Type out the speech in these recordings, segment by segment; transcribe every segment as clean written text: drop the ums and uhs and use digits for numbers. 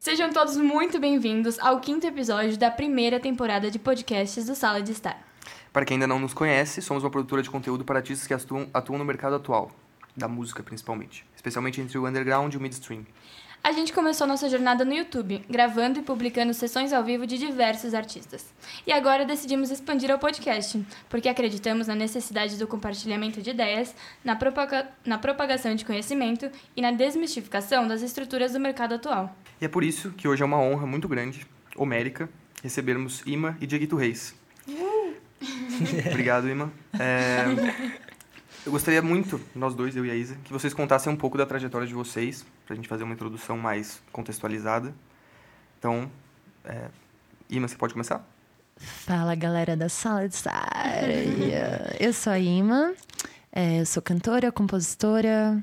Sejam todos muito bem-vindos ao 5º episódio da primeira temporada de podcasts do Sala de Estar. Para quem ainda não nos conhece, somos uma produtora de conteúdo para artistas que atuam no mercado atual, da música principalmente, especialmente entre o underground e o midstream. A gente começou nossa jornada no YouTube, gravando e publicando sessões ao vivo de diversos artistas. E agora decidimos expandir ao podcast, porque acreditamos na necessidade do compartilhamento de ideias, na propagação de conhecimento e na desmistificação das estruturas do mercado atual. E é por isso que hoje é uma honra muito grande, homérica, recebermos Ima e Dieguito Reis. Obrigado, Ima. Eu gostaria muito, nós dois, eu e a Isa, que vocês contassem um pouco da trajetória de vocês, pra gente fazer uma introdução mais contextualizada. Então, Ima, você pode começar? Fala, galera da Sala de Estar. Eu sou a Ima, eu sou cantora, compositora,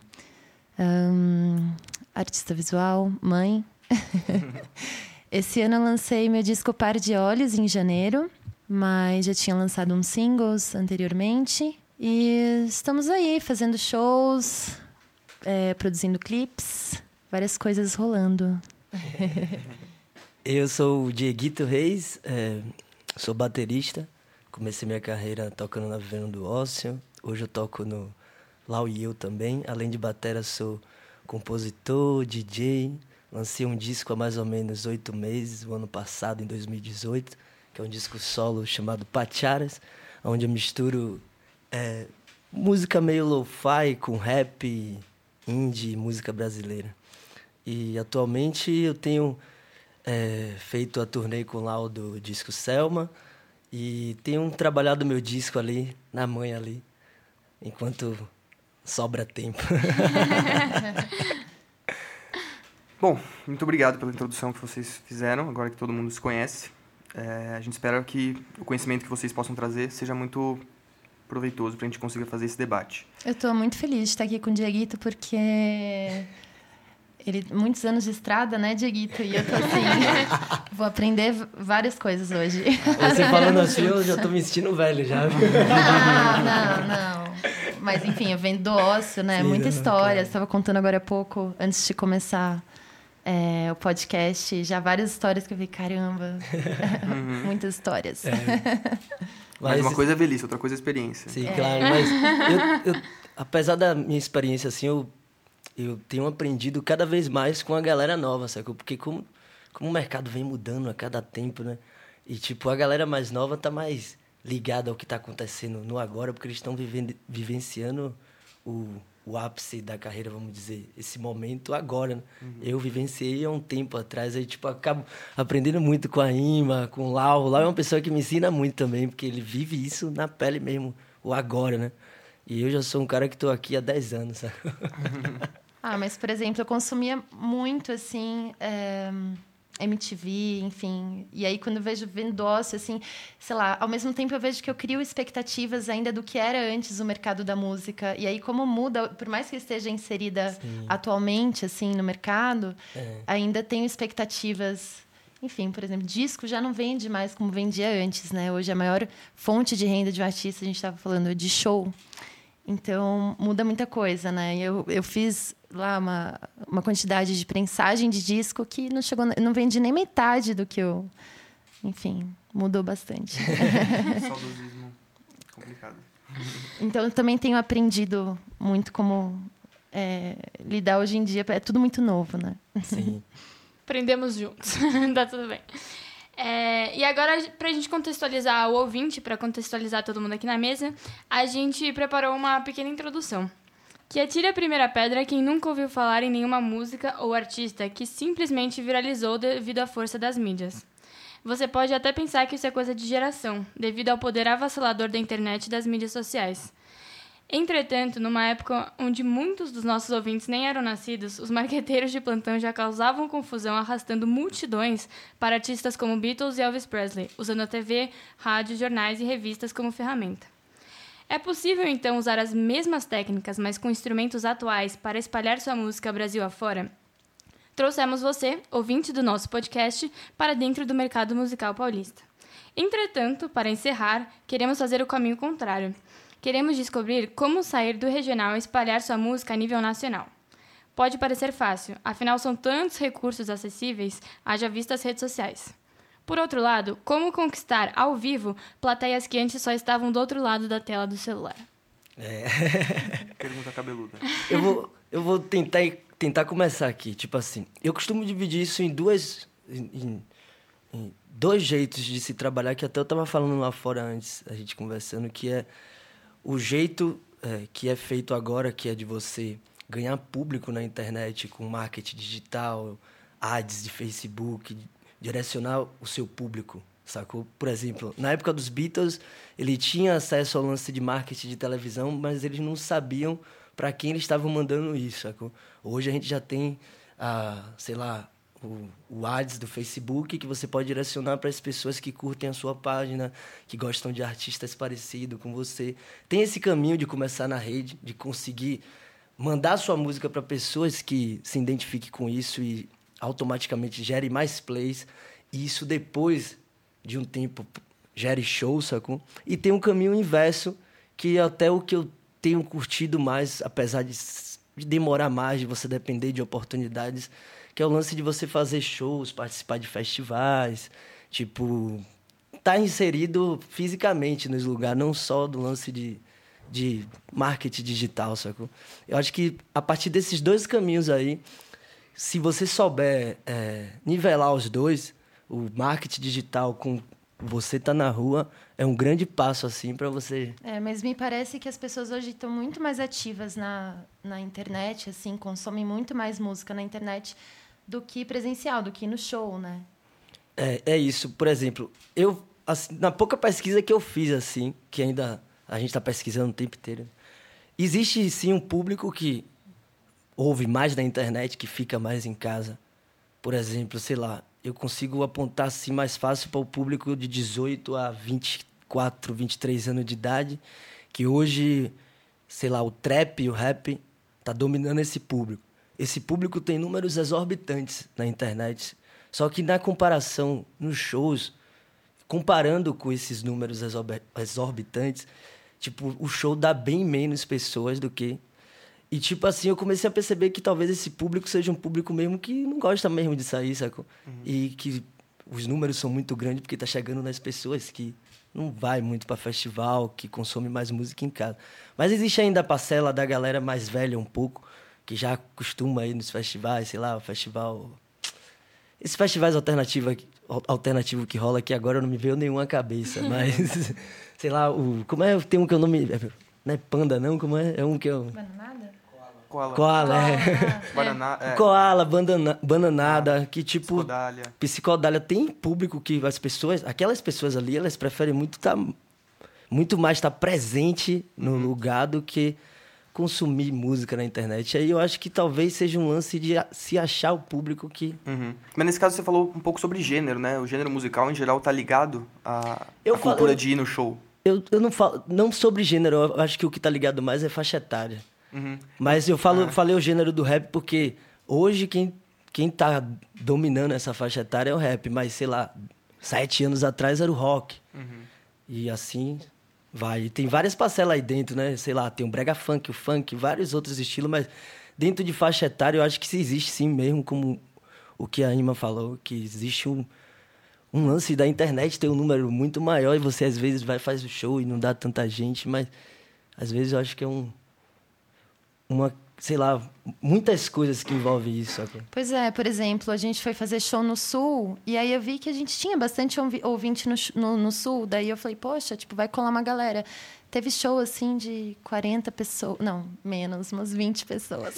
artista visual, mãe. Esse ano eu lancei meu disco Par de Olhos em janeiro, mas já tinha lançado uns singles anteriormente. E estamos aí fazendo shows, produzindo clipes, várias coisas rolando. Eu sou o Dieguito Reis, sou baterista. Comecei minha carreira tocando na Vivendo do Ócio. Hoje eu toco no Lau e Eu também. Além de batera, sou compositor, DJ. Lancei um disco há mais ou menos 8 meses, o ano passado, em 2018, que é um disco solo chamado Pacharas, onde eu misturo música meio lo-fi com rap, indie, música brasileira. E atualmente eu tenho feito a turnê com o Lau do disco Selma e tenho trabalhado meu disco ali, na manhã ali, enquanto sobra tempo. Bom, muito obrigado pela introdução que vocês fizeram, agora que todo mundo se conhece. A gente espera que o conhecimento que vocês possam trazer seja muito proveitoso para a gente conseguir fazer esse debate. Eu estou muito feliz de estar aqui com o Dieguito, porque ele muitos anos de estrada, né, Dieguito? E eu tô assim, vou aprender várias coisas hoje. Você falando assim, eu já tô me sentindo velho já. Não. Mas enfim, eu venho do ócio, né? Sim, muita história. Claro. Você estava contando agora há pouco, antes de começar o podcast, já várias histórias que eu vi, caramba. Muitas histórias. Mas uma coisa é velhice, outra coisa é experiência. Sim, claro. Mas eu, apesar da minha experiência, assim, eu tenho aprendido cada vez mais com a galera nova, sacou? Porque como o mercado vem mudando a cada tempo, né? E, tipo, a galera mais nova tá mais ligada ao que tá acontecendo no agora, porque eles estão vivenciando o ápice da carreira, vamos dizer, esse momento agora, né? Eu vivenciei há um tempo atrás, aí, tipo, acabo aprendendo muito com a Ima, com o Lau. O Lau é uma pessoa que me ensina muito também, porque ele vive isso na pele mesmo, o agora, né? E eu já sou um cara que tô aqui há 10 anos, sabe? Mas, por exemplo, eu consumia muito, assim, MTV, enfim. E aí, quando eu vejo Vendócio, assim, sei lá, ao mesmo tempo eu vejo que eu crio expectativas ainda do que era antes o mercado da música. E aí, como muda, por mais que eu esteja inserida atualmente, assim, no mercado, ainda tenho expectativas. Enfim, por exemplo, disco já não vende mais como vendia antes, né? Hoje a maior fonte de renda de um artista, a gente estava falando de show. Então, muda muita coisa, né? Eu fiz lá uma quantidade de prensagem de disco que não vendi nem metade do que eu... Enfim, mudou bastante. Saudosismo complicado. Então, eu também tenho aprendido muito como lidar hoje em dia. É tudo muito novo, né? Sim. Aprendemos juntos. Tá tudo bem. E agora, pra gente contextualizar o ouvinte, pra contextualizar todo mundo aqui na mesa, a gente preparou uma pequena introdução. Que atire a primeira pedra quem nunca ouviu falar em nenhuma música ou artista que simplesmente viralizou devido à força das mídias. Você pode até pensar que isso é coisa de geração, devido ao poder avassalador da internet e das mídias sociais. Entretanto, numa época onde muitos dos nossos ouvintes nem eram nascidos, os marqueteiros de plantão já causavam confusão arrastando multidões para artistas como Beatles e Elvis Presley, usando a TV, rádio, jornais e revistas como ferramenta. É possível, então, usar as mesmas técnicas, mas com instrumentos atuais, para espalhar sua música Brasil afora? Trouxemos você, ouvinte do nosso podcast, para dentro do mercado musical paulista. Entretanto, para encerrar, queremos fazer o caminho contrário. Queremos descobrir como sair do regional e espalhar sua música a nível nacional. Pode parecer fácil, afinal são tantos recursos acessíveis, haja vista as redes sociais. Por outro lado, como conquistar ao vivo plateias que antes só estavam do outro lado da tela do celular? Pergunta cabeluda. Eu vou tentar começar aqui. Tipo assim, eu costumo dividir isso em dois jeitos de se trabalhar, que até eu estava falando lá fora antes, a gente conversando, que é o jeito que é feito agora, que é de você ganhar público na internet com marketing digital, ads de Facebook, direcionar o seu público, sacou? Por exemplo, na época dos Beatles, ele tinha acesso ao lance de marketing de televisão, mas eles não sabiam para quem eles estavam mandando isso, sacou? Hoje a gente já tem, o ads do Facebook, que você pode direcionar para as pessoas que curtem a sua página, que gostam de artistas parecidos com você. Tem esse caminho de começar na rede, de conseguir mandar sua música para pessoas que se identifiquem com isso e automaticamente gere mais plays. E isso, depois de um tempo, gere show, sacou? E tem um caminho inverso, que é até o que eu tenho curtido mais, apesar de demorar mais, de você depender de oportunidades, que é o lance de você fazer shows, participar de festivais, tipo, tá inserido fisicamente nos lugares, não só do lance de marketing digital, sacou? Eu acho que a partir desses dois caminhos aí, se você souber nivelar os dois, o marketing digital com você tá na rua, é um grande passo, assim, para você... Mas me parece que as pessoas hoje estão muito mais ativas na internet, assim, consomem muito mais música na internet do que presencial, do que no show, né? É isso. Por exemplo, eu, assim, na pouca pesquisa que eu fiz, assim, que ainda a gente está pesquisando o tempo inteiro, existe, sim, um público que ouve mais na internet, que fica mais em casa. Por exemplo, sei lá, eu consigo apontar assim mais fácil para o público de 18 a 24, 23 anos de idade, que hoje, sei lá, o trap e o rap tá dominando esse público. Esse público tem números exorbitantes na internet, só que na comparação, nos shows, comparando com esses números exorbitantes, tipo, o show dá bem menos pessoas do que... E, tipo assim, eu comecei a perceber que talvez esse público seja um público mesmo que não gosta mesmo de sair, sacou? E que os números são muito grandes porque tá chegando nas pessoas que não vai muito para festival, que consome mais música em casa. Mas existe ainda a parcela da galera mais velha um pouco, que já costuma ir nos festivais, sei lá, o festival... Esses festivais alternativo que rola aqui agora não me veio nenhuma cabeça, mas... sei lá, como é? Tem um que eu não me... Não é Panda, não? Como é? É um que eu... Bananada? Koala, Koala, Bananada, que tipo... Psicodália. Tem público que aquelas pessoas ali, elas preferem muito mais estar presente no lugar do que consumir música na internet. Aí eu acho que talvez seja um lance de se achar o público que... Mas nesse caso você falou um pouco sobre gênero, né? O gênero musical, em geral, tá ligado à cultura de ir no show. Eu não falo... Não sobre gênero, eu acho que o que tá ligado mais é faixa etária. Mas eu falei o gênero do rap porque hoje quem tá dominando essa faixa etária é o rap, mas, sei lá, 7 anos atrás era o rock. E assim vai. E tem várias parcelas aí dentro, né? Sei lá, tem o brega funk, o funk, vários outros estilos, mas dentro de faixa etária eu acho que existe sim mesmo, como o que a Ima falou, que existe um lance da internet, tem um número muito maior e você às vezes faz o show e não dá tanta gente, mas às vezes eu acho que é sei lá, muitas coisas que envolvem isso. Sabe? Pois é, por exemplo, a gente foi fazer show no Sul, e aí eu vi que a gente tinha bastante ouvinte no Sul, daí eu falei, poxa, tipo, vai colar uma galera. Teve show, assim, de 40 pessoas, não, menos, umas 20 pessoas.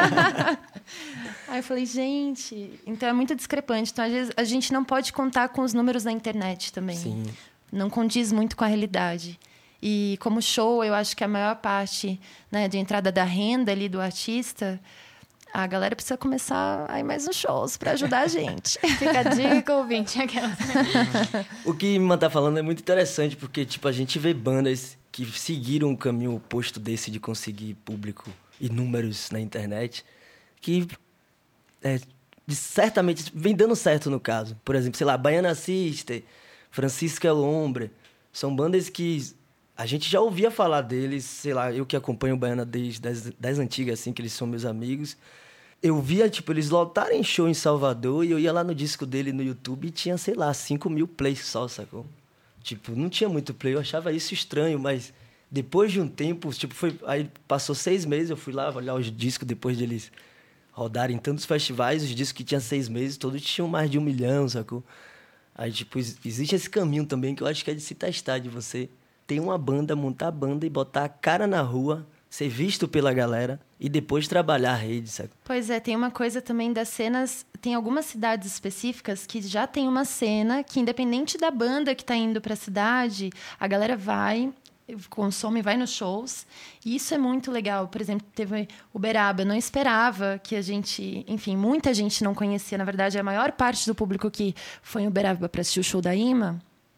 Aí eu falei, gente, então é muito discrepante. Então, às vezes, a gente não pode contar com os números da internet também. Sim. Não condiz muito com a realidade. E como show, eu acho que a maior parte, né, de entrada da renda ali do artista, a galera precisa começar a ir mais nos shows para ajudar a gente. Fica a dica, ouvinte. O que Ima tá falando é muito interessante, porque tipo, a gente vê bandas que seguiram um caminho oposto desse de conseguir público e números na internet, que certamente vem dando certo no caso. Por exemplo, sei lá, Baiana System, Francisco El Hombre, são bandas que... A gente já ouvia falar deles, sei lá, eu que acompanho o Baiana desde das antigas, assim, que eles são meus amigos. eu via, tipo, eles lotarem show em Salvador e eu ia lá no disco dele no YouTube e tinha, sei lá, 5.000 plays só, sacou? Tipo, não tinha muito play, eu achava isso estranho, mas depois de um tempo, tipo, aí passou 6 meses, eu fui lá olhar os discos depois de eles rodarem em tantos festivais, os discos que tinham 6 meses, todos tinham mais de 1 milhão, sacou? Aí, tipo, existe esse caminho também que eu acho que é de se testar, de você ter uma banda, montar a banda e botar a cara na rua, ser visto pela galera e depois trabalhar a rede, sabe? Pois é, tem uma coisa também das cenas... Tem algumas cidades específicas que já tem uma cena que, independente da banda que está indo para a cidade, a galera vai, consome, vai nos shows. E isso é muito legal. Por exemplo, teve Uberaba. Eu não esperava que a gente... Enfim, muita gente não conhecia. Na verdade, a maior parte do público que foi em Uberaba para assistir o show da Ima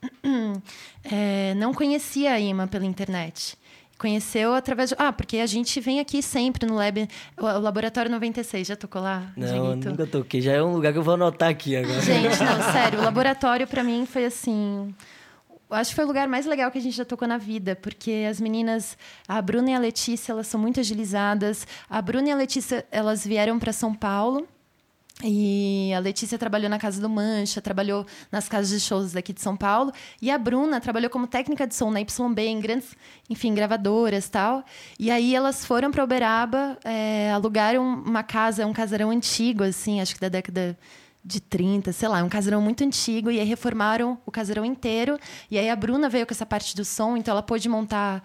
não conhecia a Ima pela internet. Conheceu através de... porque a gente vem aqui sempre no Lab... O Laboratório 96. Já tocou lá, Não, Dieguito? nunca toquei. Já é um lugar que eu vou anotar aqui agora. Gente, não, sério. O Laboratório, pra mim, foi assim... Acho que foi o lugar mais legal que a gente já tocou na vida, porque as meninas, a Bruna e a Letícia, elas são muito agilizadas. A Bruna e a Letícia, elas vieram para São Paulo. E a Letícia trabalhou na Casa do Mancha, trabalhou nas casas de shows daqui de São Paulo. E a Bruna trabalhou como técnica de som na YB, em grandes, enfim, gravadoras e tal. E aí elas foram para Uberaba, alugaram uma casa, um casarão antigo, assim, acho que da década de 30, sei lá, um casarão muito antigo. E aí reformaram o casarão inteiro. E aí a Bruna veio com essa parte do som, então ela pôde montar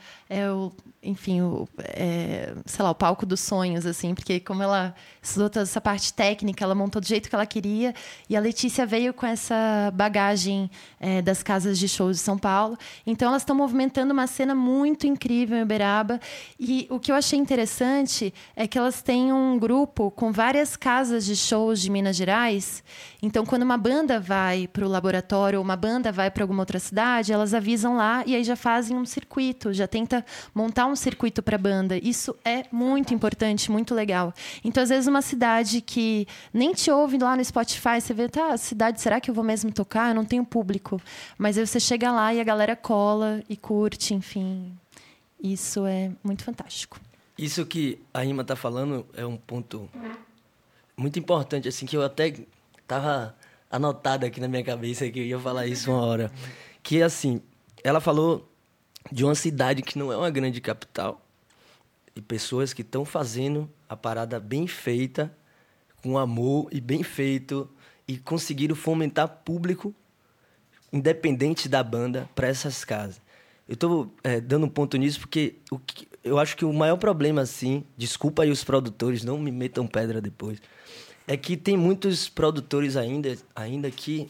sei lá, o palco dos sonhos, assim, porque como ela estudou toda essa parte técnica, ela montou do jeito que ela queria, e a Letícia veio com essa bagagem das casas de shows de São Paulo. Então, elas estão movimentando uma cena muito incrível em Uberaba, e o que eu achei interessante é que elas têm um grupo com várias casas de shows de Minas Gerais. Então, quando uma banda vai para o Laboratório ou uma banda vai para alguma outra cidade, elas avisam lá e aí já fazem um circuito, já tenta montar um circuito para a banda. Isso é muito importante, muito legal. Então, às vezes, uma cidade que nem te ouve lá no Spotify, você vê, cidade, será que eu vou mesmo tocar? Eu não tenho público. Mas aí você chega lá e a galera cola e curte, enfim. Isso é muito fantástico. Isso que a Ima está falando é um ponto muito importante, assim, que eu até estava anotado aqui na minha cabeça que eu ia falar isso uma hora. Que, assim, ela falou de uma cidade que não é uma grande capital e pessoas que estão fazendo a parada bem feita, com amor e bem feito, e conseguiram fomentar público independente da banda para essas casas. Eu estou dando um ponto nisso porque eu acho que o maior problema, assim, desculpa aí os produtores, não me metam pedra depois, é que tem muitos produtores ainda que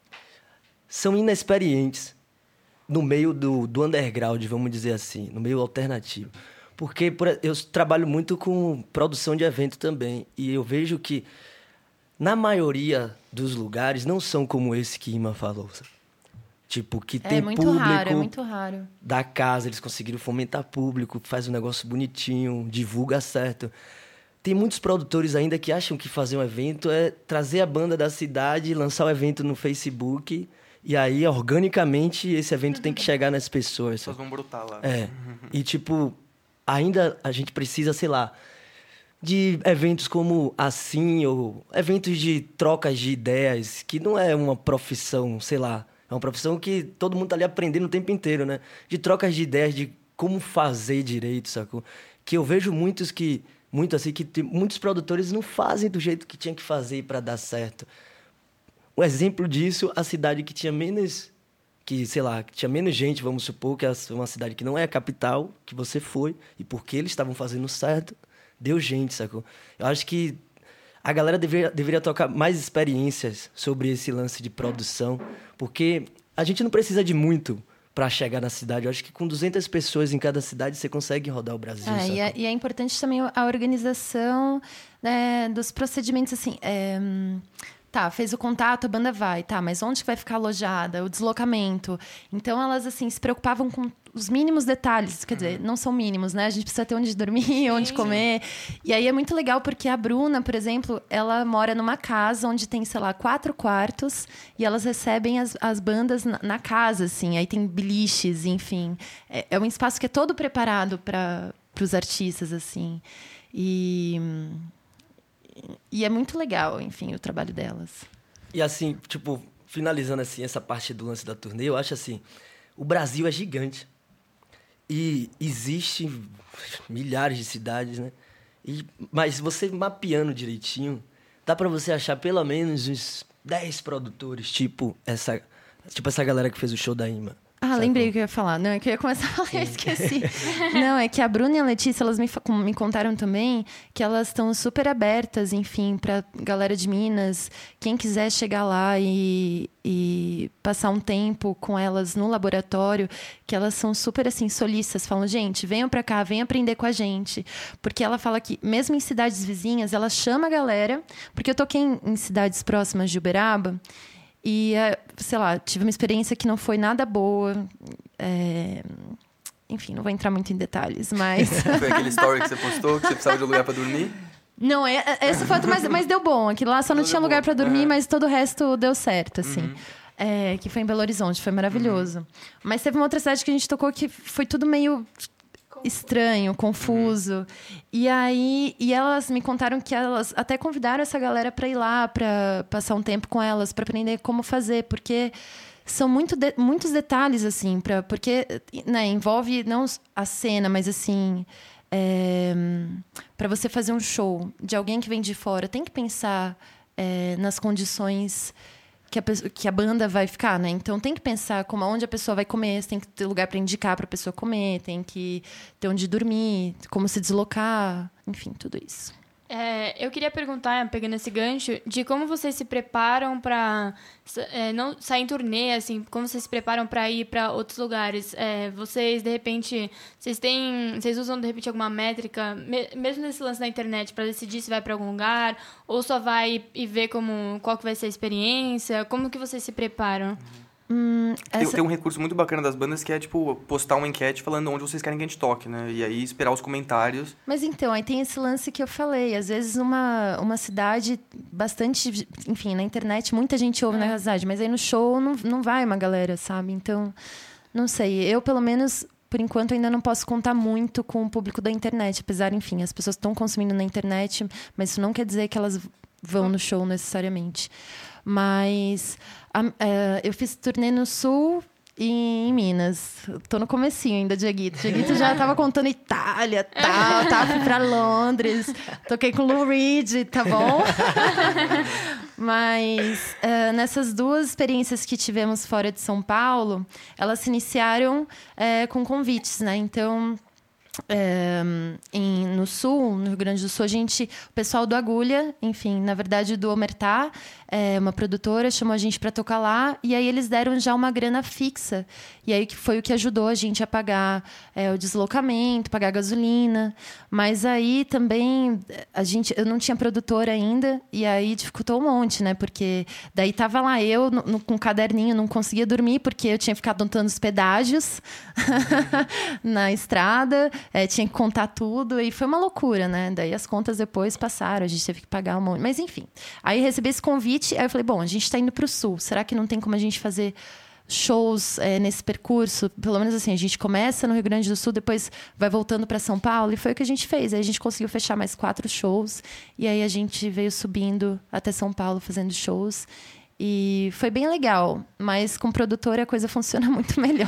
são inexperientes no meio do underground, vamos dizer assim, no meio alternativo. Porque eu trabalho muito com produção de evento também, e eu vejo que, na maioria dos lugares, não são como esse que Ima falou. Tipo, que tem público É muito raro. da casa, eles conseguiram fomentar público, faz um negócio bonitinho, divulga certo. Tem muitos produtores ainda que acham que fazer um evento é trazer a banda da cidade, lançar o evento no Facebook... E aí, organicamente, esse evento tem que chegar nas pessoas. As pessoas vão brotar lá. E, tipo, ainda a gente precisa, sei lá, de eventos como assim, ou eventos de trocas de ideias, que não é uma profissão, sei lá, é uma profissão que todo mundo tá ali aprendendo o tempo inteiro, né? De trocas de ideias, de como fazer direito, sacou? Que eu vejo muitos produtores não fazem do jeito que tinha que fazer para dar certo. Um exemplo disso, a cidade que tinha menos gente, vamos supor, que é uma cidade que não é a capital, que você foi, e porque eles estavam fazendo certo, deu gente, sacou? Eu acho que a galera deveria tocar mais experiências sobre esse lance de produção, porque a gente não precisa de muito para chegar na cidade. Eu acho que com 200 pessoas em cada cidade, você consegue rodar o Brasil, e é importante também a organização, né, dos procedimentos, assim... fez o contato, a banda vai. Mas onde que vai ficar alojada? O deslocamento. Então, elas, assim, se preocupavam com os mínimos detalhes. Quer dizer, não são mínimos, né? A gente precisa ter onde dormir, onde comer. E aí é muito legal, porque a Bruna, por exemplo, ela mora numa casa onde tem, sei lá, 4 quartos. E elas recebem as bandas na casa, assim. Aí tem biliches, enfim. É um espaço que é todo preparado para os artistas, assim. E é muito legal, enfim, o trabalho delas. E assim, tipo, finalizando assim essa parte do lance da turnê, eu acho assim, o Brasil é gigante. E existem milhares de cidades, né? Mas você mapeando direitinho, dá pra você achar pelo menos uns 10 produtores, tipo essa galera que fez o show da Ima. Ah, lembrei o que eu ia falar. Não, é que eu ia começar a falar, eu esqueci. Não, é que a Bruna e a Letícia, elas me contaram também que elas estão super abertas, enfim, pra galera de Minas. Quem quiser chegar lá e passar um tempo com elas no laboratório, que elas são super, assim, solistas. Falam, gente, venham pra cá, venham aprender com a gente. Porque ela fala que, mesmo em cidades vizinhas, ela chama a galera. Porque eu toquei em cidades próximas de Uberaba. E, sei lá, tive uma experiência que não foi nada boa. Enfim, não vou entrar muito em detalhes, mas... Foi aquele story que você postou, que você precisava de um lugar pra dormir? Não, essa foto, mas deu bom. Aquilo lá só não tinha lugar pra dormir, mas todo o resto deu certo, assim. Que foi em Belo Horizonte, foi maravilhoso. Mas teve uma outra cidade que a gente tocou que foi tudo meio... estranho, confuso. E elas me contaram que elas até convidaram essa galera para ir lá, para passar um tempo com elas, para aprender como fazer, porque são muitos detalhes, assim, porque né, envolve não a cena, mas assim, para você fazer um show de alguém que vem de fora, tem que pensar nas condições que a banda vai ficar, né? Então tem que pensar onde a pessoa vai comer, tem que ter lugar para indicar para a pessoa comer, tem que ter onde dormir, como se deslocar, enfim, tudo isso. Eu queria perguntar, pegando esse gancho, de como vocês se preparam para não sair em turnê, assim, como vocês se preparam para ir para outros lugares. Vocês, de repente, vocês usam, de repente, alguma métrica, mesmo nesse lance da internet, para decidir se vai para algum lugar, ou só vai e ver qual que vai ser a experiência? Como que vocês se preparam? Tem um recurso muito bacana das bandas que é, tipo, postar uma enquete falando onde vocês querem que a gente toque, né? E aí esperar os comentários. Mas então, aí tem esse lance que eu falei. Às vezes uma cidade bastante... Enfim, na internet muita gente ouve na cidade, mas aí no show não vai uma galera, sabe? Então, não sei. Eu, pelo menos, por enquanto, ainda não posso contar muito com o público da internet. Apesar, enfim, as pessoas estão consumindo na internet, mas isso não quer dizer que elas vão no show necessariamente. Mas eu fiz turnê no Sul e em Minas. Tô no comecinho ainda, Dieguito. Dieguito já tava contando Itália, tal. Fui pra Londres. Toquei com Lou Reed, tá bom? Mas nessas duas experiências que tivemos fora de São Paulo, elas se iniciaram com convites, né? Então... no Sul, no Rio Grande do Sul, o pessoal do Agulha, enfim, na verdade do Omertá, uma produtora, chamou a gente para tocar lá, e aí eles deram já uma grana fixa, e aí que foi o que ajudou a gente a pagar o deslocamento, pagar a gasolina, mas aí também eu não tinha produtora ainda, e aí dificultou um monte, né, porque daí tava lá eu com um caderninho, não conseguia dormir, porque eu tinha ficado anotando os pedágios na estrada, tinha que contar tudo, e foi uma loucura, né? Daí as contas depois passaram, a gente teve que pagar um monte. Mas enfim, aí recebi esse convite, aí eu falei, bom, a gente está indo para o Sul, será que não tem como a gente fazer shows nesse percurso? Pelo menos assim, a gente começa no Rio Grande do Sul, depois vai voltando para São Paulo, e foi o que a gente fez. Aí a gente conseguiu fechar mais 4 shows, e aí a gente veio subindo até São Paulo fazendo shows. E foi bem legal, mas com produtora a coisa funciona muito melhor.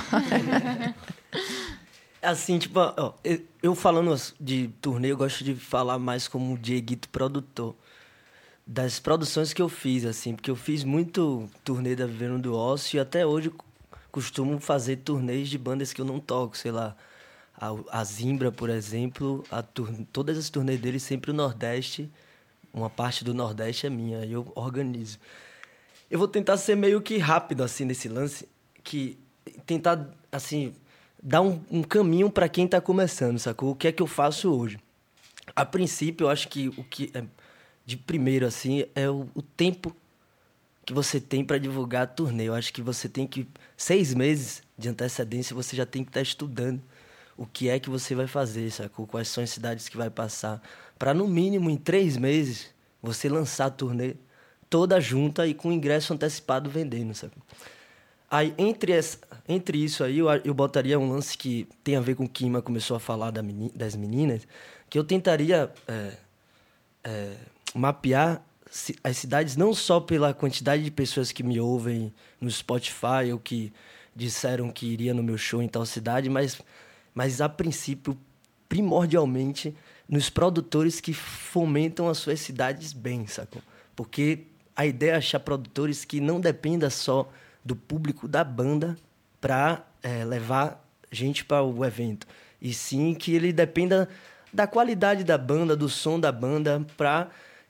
Assim, tipo, ó, eu falando de turnê, eu gosto de falar mais como Dieguito produtor. Das produções que eu fiz, assim, porque eu fiz muito turnê da Vivendo do Ócio e até hoje costumo fazer turnês de bandas que eu não toco, sei lá. A Zimbra, por exemplo, todas as turnês dele sempre o Nordeste, uma parte do Nordeste é minha, aí eu organizo. Eu vou tentar ser meio que rápido, assim, nesse lance, que tentar, assim... dar um caminho para quem está começando, sacou? O que é que eu faço hoje? A princípio, eu acho que o que é de primeiro, assim, é o tempo que você tem para divulgar a turnê. Eu acho que você tem que... 6 meses de antecedência, você já tem que estar estudando o que é que você vai fazer, sacou? Quais são as cidades que vai passar. Para, no mínimo, em 3 meses, você lançar a turnê toda junta e com ingresso antecipado vendendo, sacou? Aí, entre isso aí, eu botaria um lance que tem a ver com o que Ima começou a falar das meninas, que eu tentaria mapear as cidades não só pela quantidade de pessoas que me ouvem no Spotify ou que disseram que iria no meu show em tal cidade, mas a princípio, primordialmente, nos produtores que fomentam as suas cidades bem, sacou? Porque a ideia é achar produtores que não dependa só do público da banda para levar gente para o evento, e sim que ele dependa da qualidade da banda, do som da banda, para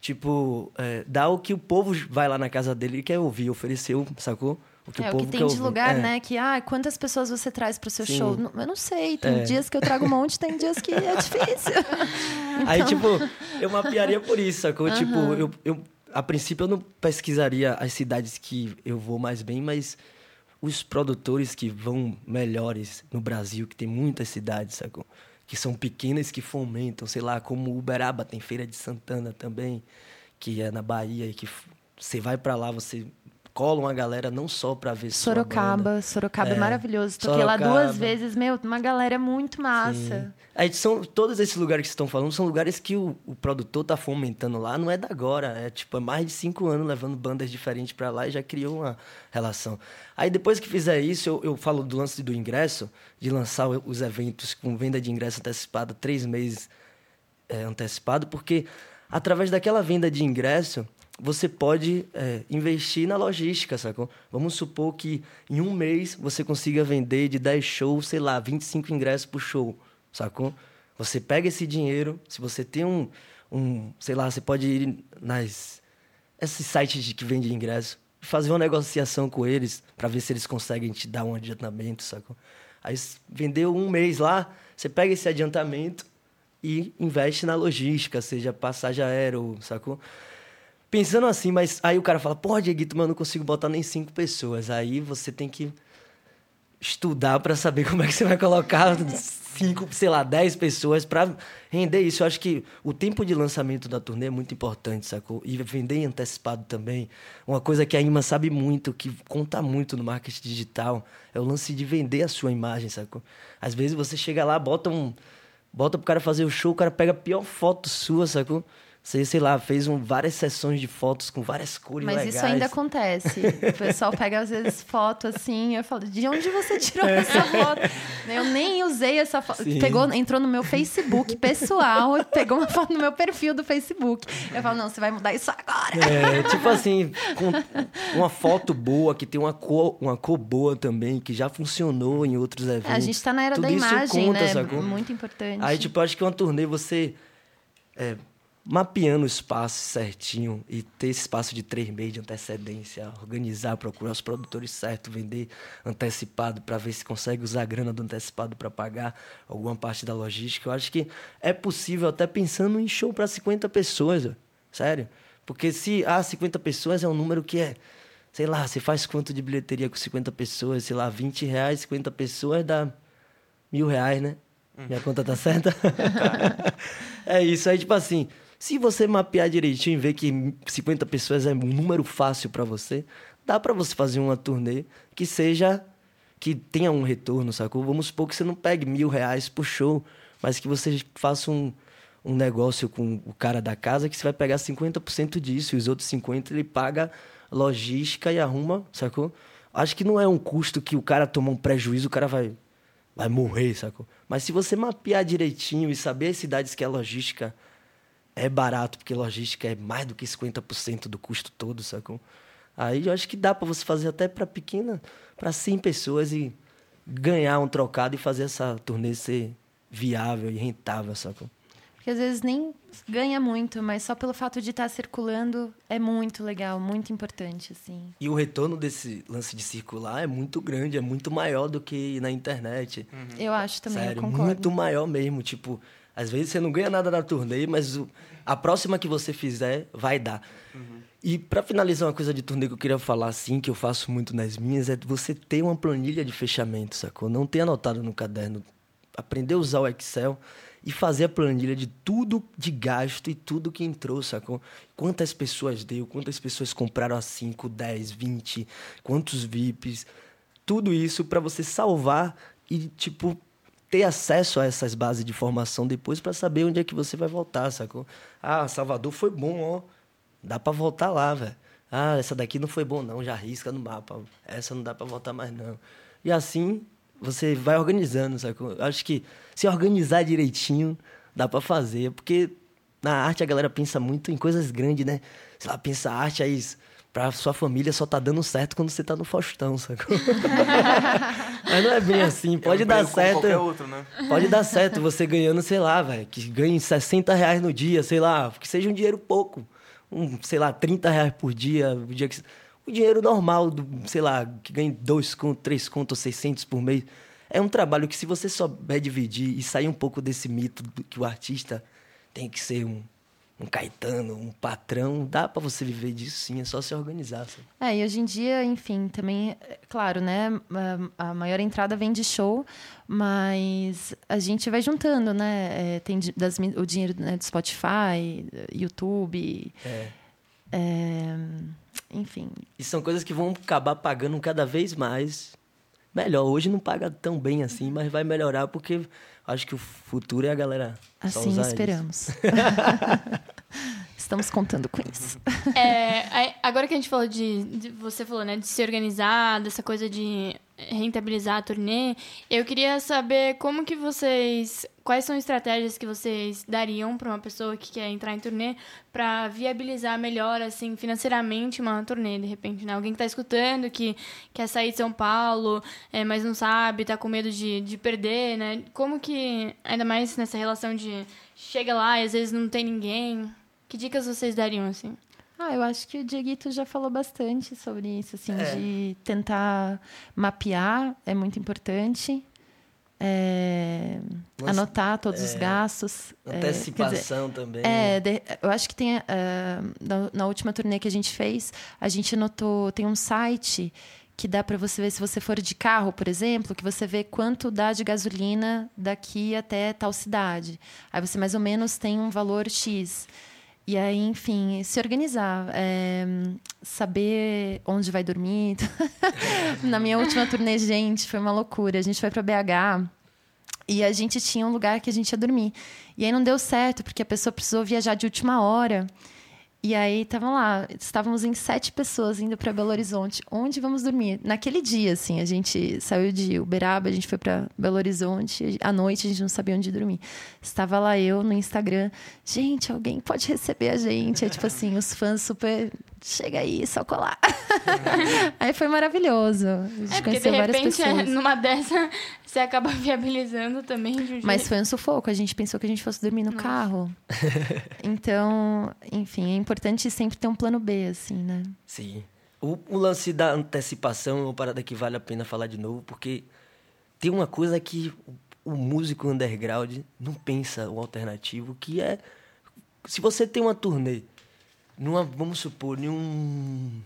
dar o que o povo vai lá na casa dele e quer ouvir, ofereceu, sacou? O que o povo que tem quer de ouvir. lugar, né? Que, quantas pessoas você traz pro seu Sim. show? Eu não sei. Tem dias que eu trago um monte, tem dias que é difícil. Aí, eu mapearia por isso, sacou? Eu a princípio, eu não pesquisaria as cidades que eu vou mais bem, mas os produtores que vão melhores no Brasil, que tem muitas cidades, sacou? Que são pequenas, que fomentam, sei lá, como Uberaba, tem Feira de Santana também, que é na Bahia, e que você vai pra lá, você cola uma galera não só pra ver Sorocaba é maravilhoso. Toquei lá 2 vezes, uma galera muito massa. Sim. Aí todos esses lugares que vocês estão falando são lugares que o produtor tá fomentando lá, não é da agora, é mais de 5 anos levando bandas diferentes pra lá e já criou uma relação. Aí depois que fizer isso, eu falo do lance do ingresso, de lançar os eventos com venda de ingresso antecipada 3 meses antecipado, porque através daquela venda de ingresso, você pode investir na logística, sacou? Vamos supor que em 1 mês você consiga vender de 10 shows, sei lá, 25 ingressos por show, sacou? Você pega esse dinheiro, se você tem sei lá, você pode ir esses sites que vendem ingresso, fazer uma negociação com eles para ver se eles conseguem te dar um adiantamento, sacou? Aí vendeu 1 mês lá, você pega esse adiantamento e investe na logística, seja passagem aérea, sacou? Pensando assim, mas aí o cara fala, pô, Dieguito, mas eu não consigo botar nem 5 pessoas. Aí você tem que estudar para saber como é que você vai colocar 5, sei lá, 10 pessoas para render isso. Eu acho que o tempo de lançamento da turnê é muito importante, sacou? E vender em antecipado também. Uma coisa que a IMA sabe muito, que conta muito no marketing digital, é o lance de vender a sua imagem, sacou? Às vezes você chega lá, bota pro cara fazer o show, o cara pega a pior foto sua, sacou? Você, sei lá, fez várias sessões de fotos com várias cores legais. Mas isso ainda acontece. O pessoal pega, às vezes, foto assim, eu falo, de onde você tirou essa foto? Eu nem usei essa foto. Entrou no meu Facebook pessoal, pegou uma foto no meu perfil do Facebook. Eu falo, não, você vai mudar isso agora. Com uma foto boa, que tem uma cor boa também, que já funcionou em outros eventos. A gente tá na era Tudo da imagem, conta, né? Sacou? Muito importante. Aí, acho que uma turnê você... mapeando o espaço certinho e ter esse espaço de 3 meses de antecedência, organizar, procurar os produtores certos, vender antecipado para ver se consegue usar a grana do antecipado para pagar alguma parte da logística. Eu acho que é possível até pensando em show para 50 pessoas, sério. Porque se 50 pessoas é um número que sei lá, você faz quanto de bilheteria com 50 pessoas? Sei lá, R$20, 50 pessoas dá R$1.000, né? Minha conta tá certa? É isso, aí assim... Se você mapear direitinho e ver que 50 pessoas é um número fácil para você, dá para você fazer uma turnê que tenha um retorno, sacou? Vamos supor que você não pegue R$1.000 por show, mas que você faça um negócio com o cara da casa que você vai pegar 50% disso e os outros 50% ele paga logística e arruma, sacou? Acho que não é um custo que o cara toma um prejuízo, o cara vai morrer, sacou? Mas se você mapear direitinho e saber as cidades que a logística é barato, porque logística é mais do que 50% do custo todo, sacou? Aí eu acho que dá para você fazer até para 100 pessoas e ganhar um trocado e fazer essa turnê ser viável e rentável, sacou? Porque às vezes nem ganha muito, mas só pelo fato de estar circulando é muito legal, muito importante, assim. E o retorno desse lance de circular é muito grande, é muito maior do que na internet. Eu acho também, Sério, eu concordo. muito maior mesmo, às vezes você não ganha nada na turnê, mas a próxima que você fizer vai dar. E para finalizar, uma coisa de turnê que eu queria falar, assim, que eu faço muito nas minhas, é você ter uma planilha de fechamento, sacou? Não ter anotado no caderno. Aprender a usar o Excel e fazer a planilha de tudo de gasto e tudo que entrou, sacou? Quantas pessoas deu, quantas pessoas compraram a 5, 10, 20, quantos VIPs. Tudo isso para você salvar e, ter acesso a essas bases de formação depois para saber onde é que você vai voltar, sacou? Ah, Salvador foi bom, ó. Dá para voltar lá, velho. Ah, essa daqui não foi bom, não. Já risca no mapa. Essa não dá para voltar mais, não. E assim, você vai organizando, sacou? Eu acho que se organizar direitinho, dá para fazer. Porque na arte a galera pensa muito em coisas grandes, né? Sei lá, pensa arte aí... Pra sua família só tá dando certo quando você tá no Faustão, sacou? Mas não é bem assim. Pode dar certo. Qualquer outro, né? Pode dar certo você ganhando, sei lá, velho, que ganhe R$60 no dia, sei lá, que seja um dinheiro pouco. Sei lá, R$30 por dia. O dinheiro normal, sei lá, que ganhe 2 conto, 3 conto ou 600 por mês. É um trabalho que, se você souber dividir e sair um pouco desse mito que o artista tem que ser um Caetano, um patrão, dá para você viver disso sim, é só se organizar. Sabe? E hoje em dia, enfim, também, claro, né, a maior entrada vem de show, mas a gente vai juntando, né, tem o dinheiro, né, do Spotify, YouTube, enfim. E são coisas que vão acabar pagando cada vez mais melhor. Hoje não paga tão bem assim, mas vai melhorar porque acho que o futuro é a galera só assim usar esperamos. Estamos contando com isso. Agora que a gente falou você falou, né, de se organizar, dessa coisa de rentabilizar a turnê, eu queria saber quais são estratégias que vocês dariam para uma pessoa que quer entrar em turnê para viabilizar melhor, assim, financeiramente uma turnê, de repente, né? Alguém que está escutando, que quer sair de São Paulo, mas não sabe, está com medo de perder, né? Como que, ainda mais nessa relação de chega lá e às vezes não tem ninguém, que dicas vocês dariam, assim? Eu acho que o Dieguito já falou bastante sobre isso, assim, de tentar mapear é muito importante. Anotar todos os gastos. Antecipação também. Eu acho que tem... na última turnê que a gente fez, a gente anotou... Tem um site que dá para você ver, se você for de carro, por exemplo, que você vê quanto dá de gasolina daqui até tal cidade. Aí você mais ou menos tem um valor X. E aí, enfim, se organizar, saber onde vai dormir. Na minha última turnê, gente, foi uma loucura. A gente foi para BH e a gente tinha um lugar que a gente ia dormir. E aí não deu certo, porque a pessoa precisou viajar de última hora. E aí estávamos em 7 pessoas indo para Belo Horizonte. Onde vamos dormir? Naquele dia, assim, a gente saiu de Uberaba, a gente foi para Belo Horizonte. À noite, a gente não sabia onde dormir. Estava lá eu no Instagram. Gente, alguém pode receber a gente? Aí, tipo assim, os fãs super... Chega aí, só colar. Aí foi maravilhoso. A gente conheceu várias pessoas. Numa dessa, você acaba viabilizando também. Mas foi um sufoco. A gente pensou que a gente fosse dormir no carro. Então, enfim, é importante sempre ter um plano B, assim, né? Sim. O lance da antecipação é uma parada que vale a pena falar de novo, porque tem uma coisa que o músico underground não pensa, o alternativo, que é... Se você tem uma turnê, vamos supor, num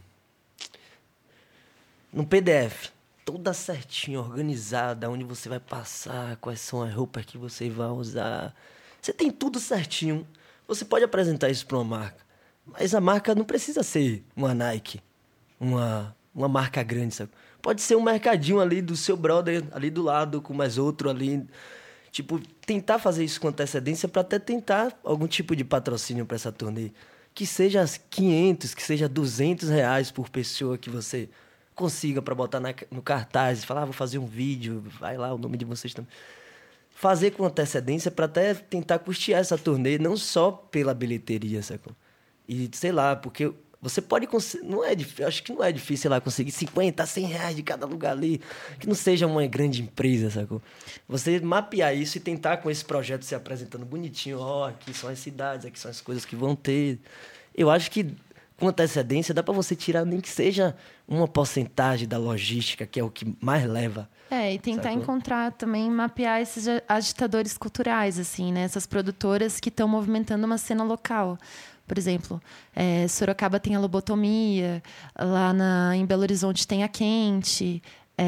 PDF, toda certinha, organizada, onde você vai passar, quais são as roupas que você vai usar. Você tem tudo certinho. Você pode apresentar isso para uma marca, mas a marca não precisa ser uma Nike, uma marca grande, sabe? Pode ser um mercadinho ali do seu brother, ali do lado, com mais outro ali. Tipo, tentar fazer isso com antecedência para até tentar algum tipo de patrocínio para essa turnê. Que seja 500, que seja R$200 por pessoa que você consiga para botar no cartaz. Falar, vou fazer um vídeo, vai lá, o nome de vocês também. Fazer com antecedência para até tentar custear essa turnê, não só pela bilheteria, sacou? E, sei lá, porque você pode conseguir... Acho que não é difícil, sei lá, conseguir R$50, R$100 de cada lugar ali. Que não seja uma grande empresa, sacou? Você mapear isso e tentar com esse projeto se apresentando bonitinho. Aqui são as cidades, aqui são as coisas que vão ter. Eu acho que com antecedência dá para você tirar nem que seja uma porcentagem da logística, que é o que mais leva. E tentar encontrar também, mapear esses agitadores culturais, assim, né? Essas produtoras que estão movimentando uma cena local. Por exemplo, Sorocaba tem a Lobotomia, lá em Belo Horizonte tem a Quente,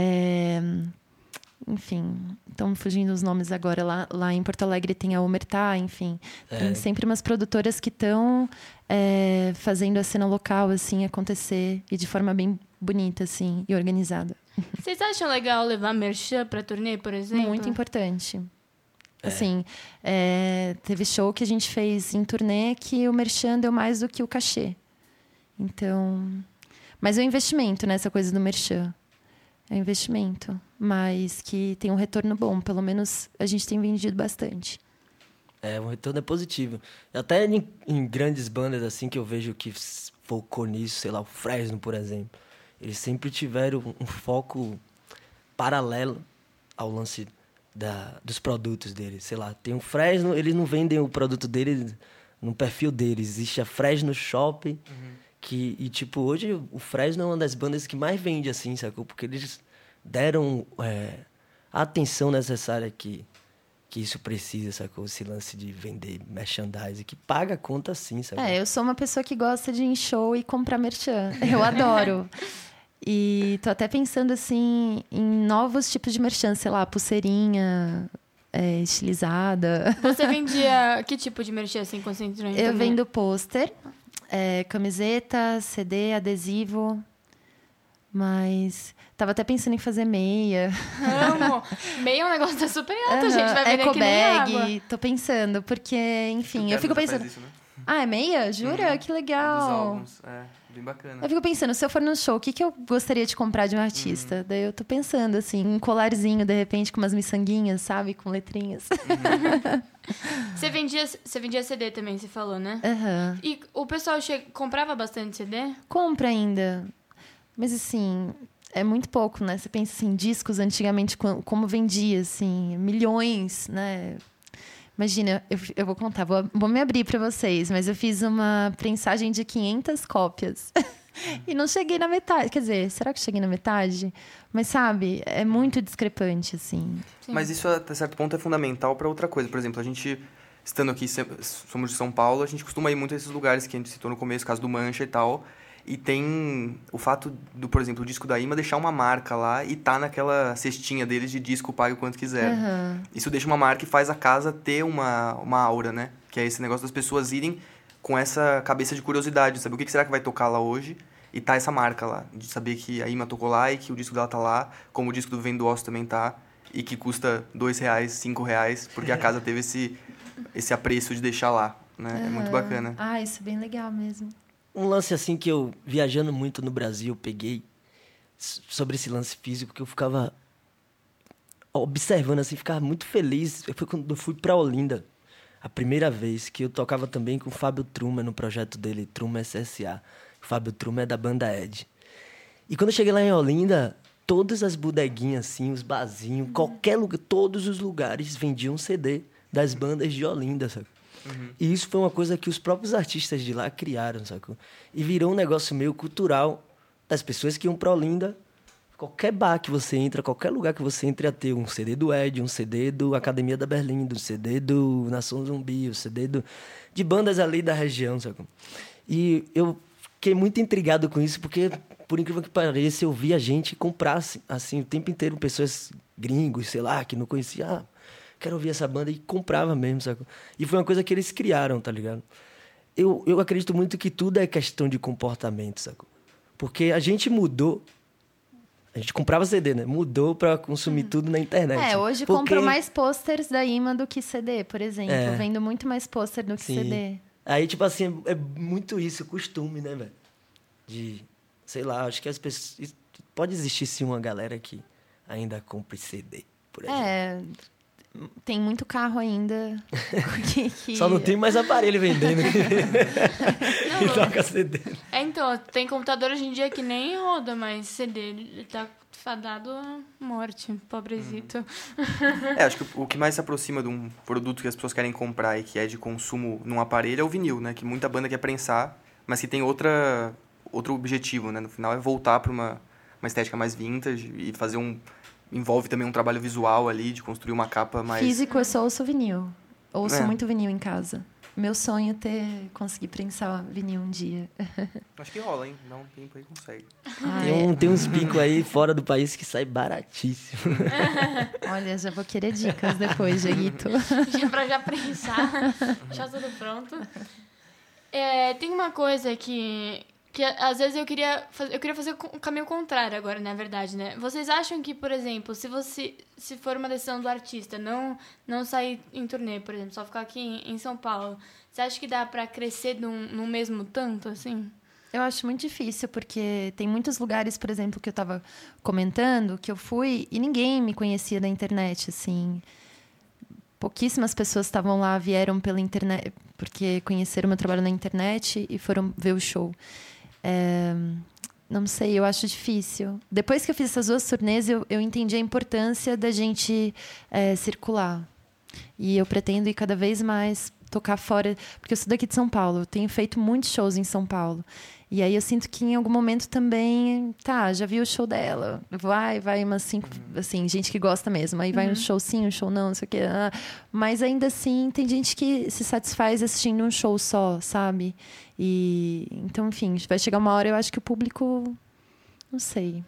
enfim, estão fugindo os nomes agora. Lá em Porto Alegre tem a Omertá, enfim. Tem sempre umas produtoras que estão fazendo a cena local assim, acontecer, e de forma bem bonita assim, e organizada. Vocês acham legal levar merchan pra turnê, por exemplo? Muito importante. Assim, teve show que a gente fez em turnê que o merchan deu mais do que o cachê. Então... Mas é um investimento nessa coisa do merchan. É um investimento, mas que tem um retorno bom. Pelo menos a gente tem vendido bastante. O retorno é positivo. Até em grandes bandas assim que eu vejo que focou nisso, sei lá, o Fresno, por exemplo. Eles sempre tiveram um foco paralelo ao lance dos produtos deles. Sei lá, tem o Fresno, eles não vendem o produto deles no perfil deles. Existe a Fresno Shop, e tipo, hoje o Fresno é uma das bandas que mais vende, assim, sacou? Porque eles deram a atenção necessária que isso precisa, sacou? Esse lance de vender merchandising, que paga a conta sim, sacou? Eu sou uma pessoa que gosta de ir em show e comprar merchan. Eu adoro. E tô até pensando, assim, em novos tipos de merchan. Sei lá, pulseirinha estilizada. Você vendia que tipo de merchan, assim, quando você entrou em Eu turnê? vendo pôster, camiseta, CD, adesivo. Mas tava até pensando em fazer meia. Amo! Meia é um negócio tá super alto, gente. Vai vender Eco que nem água. bag. Tô pensando, porque, enfim, eu fico pensando... Isso, né? Ah, é meia? Jura? Que Dos legal. álbuns. Bem bacana. Eu fico pensando, se eu for num show, o que eu gostaria de comprar de um artista? Daí eu tô pensando, assim, um colarzinho, de repente, com umas miçanguinhas, sabe? Com letrinhas. Você vendia CD também, você falou, né? Aham. E o pessoal comprava bastante CD? Compra ainda. Mas, assim, é muito pouco, né? Você pensa, assim, discos antigamente, como vendia, assim, milhões, né? Imagina, eu vou contar, vou me abrir para vocês, mas eu fiz uma prensagem de 500 cópias. E não cheguei na metade. Quer dizer, será que cheguei na metade? Mas, sabe, é muito discrepante, assim. Sim. Mas isso, até certo ponto, é fundamental para outra coisa. Por exemplo, a gente, estando aqui, somos de São Paulo, a gente costuma ir muito a esses lugares que a gente citou no começo, caso do Mancha e tal. E tem o fato do, por exemplo, o disco da Ima deixar uma marca lá e tá naquela cestinha deles de disco pague o quanto quiser. Isso deixa uma marca e faz a casa ter uma aura, né? Que é esse negócio das pessoas irem com essa cabeça de curiosidade, saber o que será que vai tocar lá hoje e tá essa marca lá. De saber que a Ima tocou lá e que o disco dela tá lá, como o disco do Vendo Osso também tá, e que custa R$2, R$5, porque a casa teve esse apreço de deixar lá, né? É muito bacana. Ah, isso é bem legal mesmo. Um lance assim que eu, viajando muito no Brasil, peguei sobre esse lance físico, que eu ficava observando assim, ficava muito feliz. Foi quando eu fui pra Olinda, a primeira vez, que eu tocava também com o Fábio Truma no projeto dele, Truma SSA. O Fábio Truma é da banda Ed. E quando eu cheguei lá em Olinda, todas as bodeguinhas assim, os barzinhos, qualquer lugar, todos os lugares vendiam CD das bandas de Olinda, sabe? E isso foi uma coisa que os próprios artistas de lá criaram, sacou? E virou um negócio meio cultural das pessoas que iam pra Olinda. Qualquer bar que você entra, qualquer lugar que você entre, a ter um CD do Ed, um CD do Academia da Berlim, um CD do Nação Zumbi, um CD de bandas ali da região, sacou? E eu fiquei muito intrigado com isso, porque, por incrível que pareça, eu via gente comprar, assim, o tempo inteiro, pessoas gringos, sei lá, que não conheciam, quero ouvir essa banda, e comprava mesmo, sacou? E foi uma coisa que eles criaram, tá ligado? Eu acredito muito que tudo é questão de comportamento, sacou? Porque a gente mudou, a gente comprava CD, né? Mudou pra consumir tudo na internet. Hoje Porque... compro mais posters da Ima do que CD, por exemplo. Vendo muito mais pôster do que Sim. CD. Aí, tipo assim, é muito isso, costume, né, velho? De, sei lá, acho que as pessoas... Pode existir, sim, uma galera que ainda compre CD, por exemplo. Tem muito carro ainda. que... Só não tem mais aparelho vendendo que toca CD. Então, tem computador hoje em dia que nem roda mais CD. Ele tá fadado à morte, pobrezito. Acho que o que mais se aproxima de um produto que as pessoas querem comprar e que é de consumo num aparelho é o vinil, né? Que muita banda quer prensar, mas que tem outro objetivo, né? No final é voltar para uma estética mais vintage e fazer envolve também um trabalho visual ali, de construir uma capa mais... Físico, eu só ouço vinil. Ouço muito vinil em casa. Meu sonho é conseguir prensar vinil um dia. Acho que rola, hein? Dá um tempo aí, consegue. Tem uns bicos aí fora do país que sai baratíssimo. Olha, já vou querer dicas depois, Dieguito. Já prensar, já tudo pronto. Tem uma coisa que que às vezes eu queria fazer o caminho contrário agora, na verdade, né? Vocês acham que, por exemplo, se for uma decisão do artista não sair em turnê, por exemplo, só ficar aqui em São Paulo, você acha que dá pra crescer no mesmo tanto, assim? Eu acho muito difícil, porque tem muitos lugares, por exemplo, que eu estava comentando, que eu fui e ninguém me conhecia da internet, assim. Pouquíssimas pessoas estavam lá, vieram pela internet, porque conheceram meu trabalho na internet e foram ver o show. Não sei, eu acho difícil. Depois que eu fiz essas 2 turnês, eu entendi a importância da gente circular. E eu pretendo ir cada vez mais tocar fora, porque eu sou daqui de São Paulo, eu tenho feito muitos shows em São Paulo. E aí eu sinto que em algum momento também, já vi o show dela, vai umas 5, assim, gente que gosta mesmo. Aí vai um show sim, um show não sei o quê. Mas ainda assim, tem gente que se satisfaz assistindo um show só, sabe? E então, enfim, vai chegar uma hora, eu acho que o público, não sei.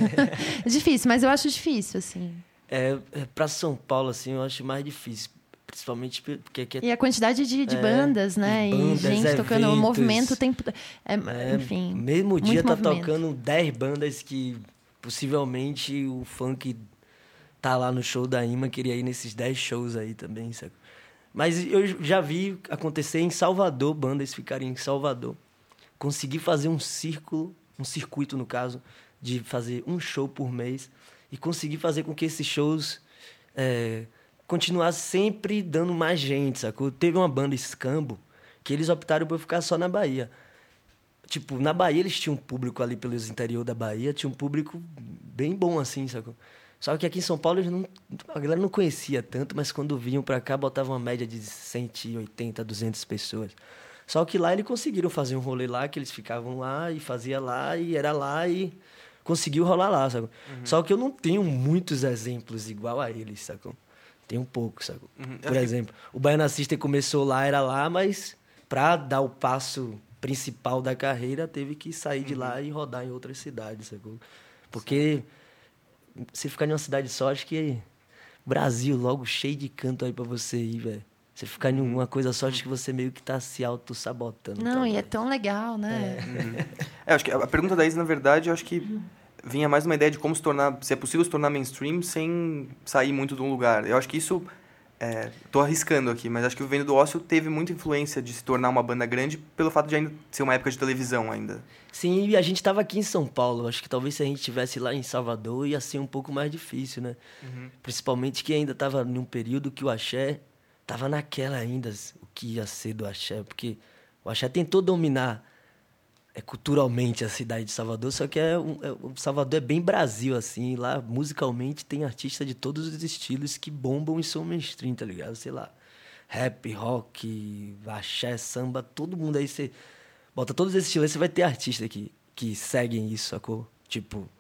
É difícil, mas eu acho difícil, assim. Pra São Paulo, assim, eu acho mais difícil. Principalmente porque aqui E a quantidade de bandas, né? Bandas, e gente tocando, o movimento tem... enfim, mesmo dia tá movimento. tocando 10 bandas que possivelmente o funk tá lá no show da Ima, queria ir nesses 10 shows aí também, sabe? Mas eu já vi acontecer em Salvador, bandas ficarem em Salvador. Consegui fazer um circuito no caso, de fazer um show por mês e conseguir fazer com que esses shows continuar sempre dando mais gente, sacou? Teve uma banda Escambo que eles optaram por ficar só na Bahia. Tipo, na Bahia eles tinham um público ali pelos interior da Bahia, tinha um público bem bom assim, sacou? Só que aqui em São Paulo a galera não conhecia tanto, mas quando vinham pra cá botavam uma média de 180, 200 pessoas. Só que lá eles conseguiram fazer um rolê lá, que eles ficavam lá e fazia lá e era lá e conseguiu rolar lá, sacou? Só que eu não tenho muitos exemplos igual a eles, sacou? Tem um pouco, sabe? Por exemplo, o Baiana System começou lá, era lá, mas para dar o passo principal da carreira, teve que sair de lá e rodar em outras cidades, sacou? Porque você ficar em uma cidade só, acho que Brasil, logo cheio de canto aí para você ir, velho. Você ficar em uma coisa só, acho que você meio que tá se auto-sabotando. Não, talvez. e é tão legal, né? Acho que a pergunta da Isa, na verdade, eu acho que vinha mais uma ideia de como se é possível se tornar mainstream sem sair muito de um lugar. Eu acho que isso, tô arriscando aqui, mas acho que o Vendo do Ócio teve muita influência de se tornar uma banda grande pelo fato de ainda ser uma época de televisão ainda. Sim, e a gente tava aqui em São Paulo. Acho que talvez se a gente estivesse lá em Salvador ia ser um pouco mais difícil, né? Principalmente que ainda tava num período que o axé tava naquela ainda, o que ia ser do axé. Porque o axé tentou dominar culturalmente a cidade de Salvador, só que o Salvador é bem Brasil, assim. Lá, musicalmente, tem artistas de todos os estilos que bombam e são mainstream, tá ligado? Sei lá, rap, rock, axé, samba, todo mundo aí, você bota todos esses estilos, você vai ter artistas que seguem isso, sacou? Tipo,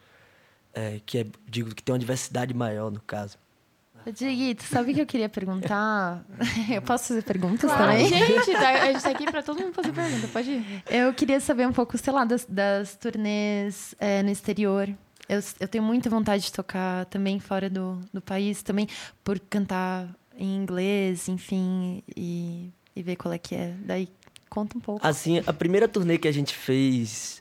digo que tem uma diversidade maior, no caso. Dieguito, sabe o que eu queria perguntar? Eu posso fazer perguntas Claro, também? gente, a gente tá aqui pra todo mundo fazer pergunta, pode ir. Eu queria saber um pouco, sei lá, das turnês no exterior. Eu tenho muita vontade de tocar também fora do país, também por cantar em inglês, enfim, e ver qual é que é. Daí, conta um pouco. Assim, a primeira turnê que a gente fez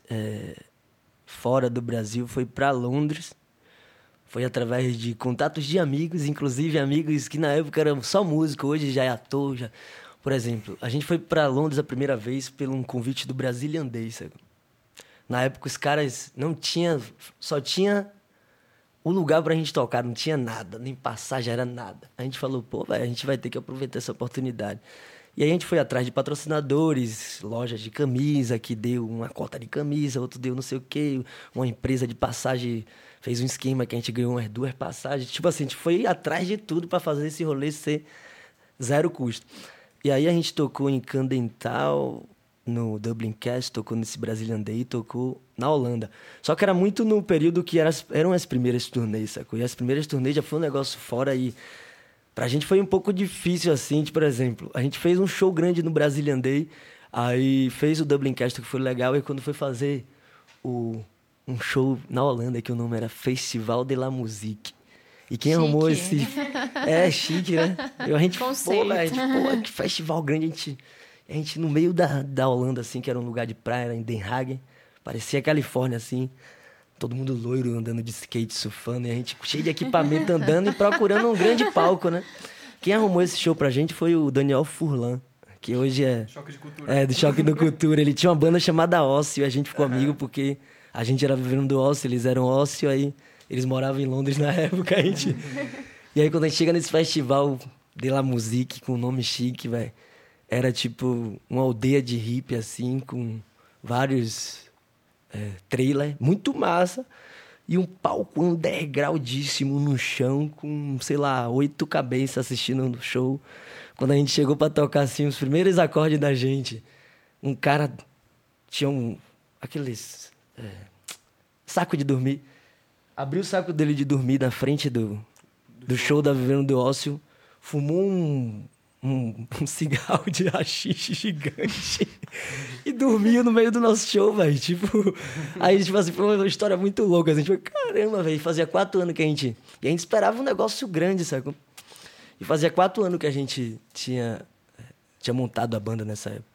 fora do Brasil foi para Londres. Foi através de contatos de amigos, inclusive amigos que na época eram só músico, hoje já é ator. Por exemplo, a gente foi para Londres a primeira vez pelo um convite do Brazilian Day, sabe? Na época os caras só tinha o lugar pra gente tocar, não tinha nada, nem passagem, era nada. A gente falou, pô, véio, a gente vai ter que aproveitar essa oportunidade. E aí a gente foi atrás de patrocinadores, lojas de camisa, que deu uma cota de camisa, outro deu não sei o quê, uma empresa de passagem fez um esquema que a gente ganhou umas 2 passagens. Tipo assim, a gente foi atrás de tudo para fazer esse rolê ser 0 custo. E aí a gente tocou em Candental, no Dublin Cast, tocou nesse Brazilian Day, tocou na Holanda. Só que era muito no período que eram as primeiras turnês, sacou? E as primeiras turnês já foi um negócio fora aí. Pra gente foi um pouco difícil, assim, por exemplo, a gente fez um show grande no Brazilian Day, aí fez o Dublin Cast, que foi legal, e quando foi fazer um show na Holanda, que o nome era Festival de la Musique. E quem arrumou esse... chique, né? A gente, pô, que festival grande, a gente no meio da Holanda, assim, que era um lugar de praia, era em Den Haag, Parecia Califórnia, assim. Todo mundo loiro, andando de skate, surfando. E a gente cheio de equipamento, andando e procurando um grande palco, né? Quem arrumou esse show pra gente foi o Daniel Furlan, que hoje é... Choque de cultura. É, do Choque do Cultura. Ele tinha uma banda chamada Ócio, e a gente ficou amigo porque a gente era vivendo do Ócio, eles eram Ócio, aí eles moravam em Londres na época, a gente... E aí, quando a gente chega nesse festival de La Musique, com um nome chique, velho, era tipo uma aldeia de hippie, assim, com vários trailers, muito massa, e um palco undergroundíssimo no chão, com, sei lá, 8 cabeças assistindo no show. Quando a gente chegou pra tocar, assim, os primeiros acordes da gente, um cara tinha aqueles saco de dormir, abriu o saco dele de dormir na frente do show da Vivendo do Ócio, fumou um cigarro de haxixe gigante e dormiu no meio do nosso show, velho. Tipo, aí, tipo assim, foi uma história muito louca. A gente falou, caramba, velho, fazia 4 anos que a gente... E a gente esperava um negócio grande, sabe? E fazia 4 anos que a gente tinha montado a banda nessa época.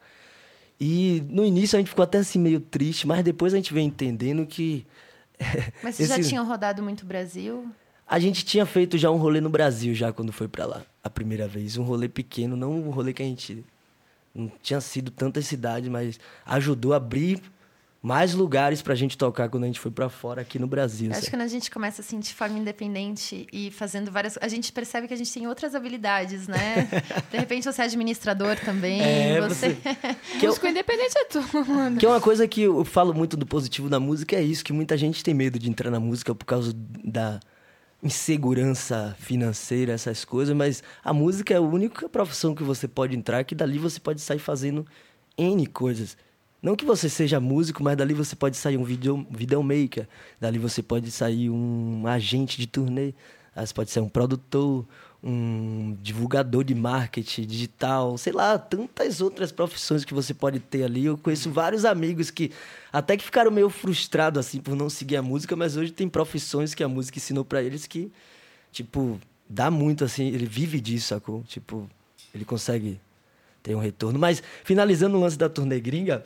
E no início a gente ficou até assim meio triste, mas depois a gente veio entendendo que... Mas vocês já tinham rodado muito o Brasil? A gente tinha feito já um rolê no Brasil, já quando foi pra lá, a primeira vez. Um rolê pequeno, não um rolê que a gente... Não tinha sido tantas cidades, mas ajudou a abrir mais lugares pra gente tocar quando a gente foi pra fora aqui no Brasil. Eu acho que quando a gente começa assim de forma independente e fazendo várias... A gente percebe que a gente tem outras habilidades, né? De repente você é administrador também. Você... Músico independente é tudo, mano. Que é uma coisa que eu falo muito do positivo da música, é isso, que muita gente tem medo de entrar na música por causa da insegurança financeira, essas coisas, mas a música é a única profissão que você pode entrar, que dali você pode sair fazendo N coisas. Não que você seja músico, mas dali você pode sair um videomaker, dali você pode sair um agente de turnê, você pode ser um produtor, um divulgador de marketing digital, sei lá, tantas outras profissões que você pode ter ali. Eu conheço vários amigos que até que ficaram meio frustrados assim por não seguir a música, mas hoje tem profissões que a música ensinou pra eles que, tipo, dá muito assim, ele vive disso, sacou? Tipo, ele consegue ter um retorno. Mas finalizando o lance da turnê gringa,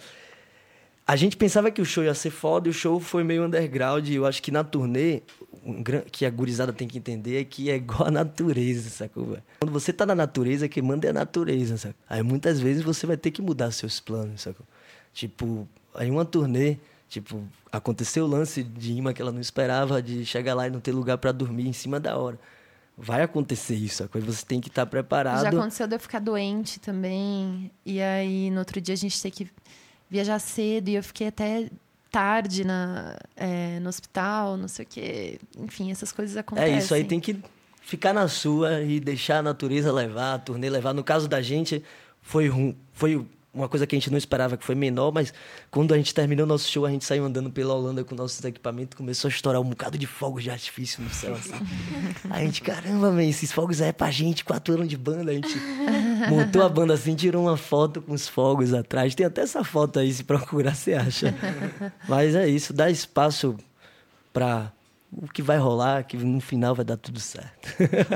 a gente pensava que o show ia ser foda e o show foi meio underground. E eu acho que na turnê, que a gurizada tem que entender é que é igual a natureza, sacou, velho? Quando você tá na natureza, quem manda é a natureza, sacou? Aí muitas vezes você vai ter que mudar seus planos, sacou? Tipo, aí uma turnê, tipo, aconteceu o lance de imã que ela não esperava, de chegar lá e não ter lugar pra dormir em cima da hora. Vai acontecer isso, sacou? Você tem que estar preparado. Já aconteceu de eu ficar doente também. E aí, no outro dia, a gente tem que viajar cedo e eu fiquei até tarde no hospital, não sei o quê. Enfim, essas coisas acontecem. É isso aí, tem que ficar na sua e deixar a natureza levar, a turnê levar. No caso da gente, foi uma coisa que a gente não esperava, que foi menor, mas quando a gente terminou o nosso show, a gente saiu andando pela Holanda com nossos equipamentos, começou a estourar um bocado de fogos de artifício no céu, assim. Aí a gente, caramba, man, esses fogos aí é pra gente, 4 anos de banda. A gente montou a banda assim, tirou uma foto com os fogos atrás. Tem até essa foto aí, se procurar, você acha. Mas é isso, dá espaço pra o que vai rolar, que no final vai dar tudo certo.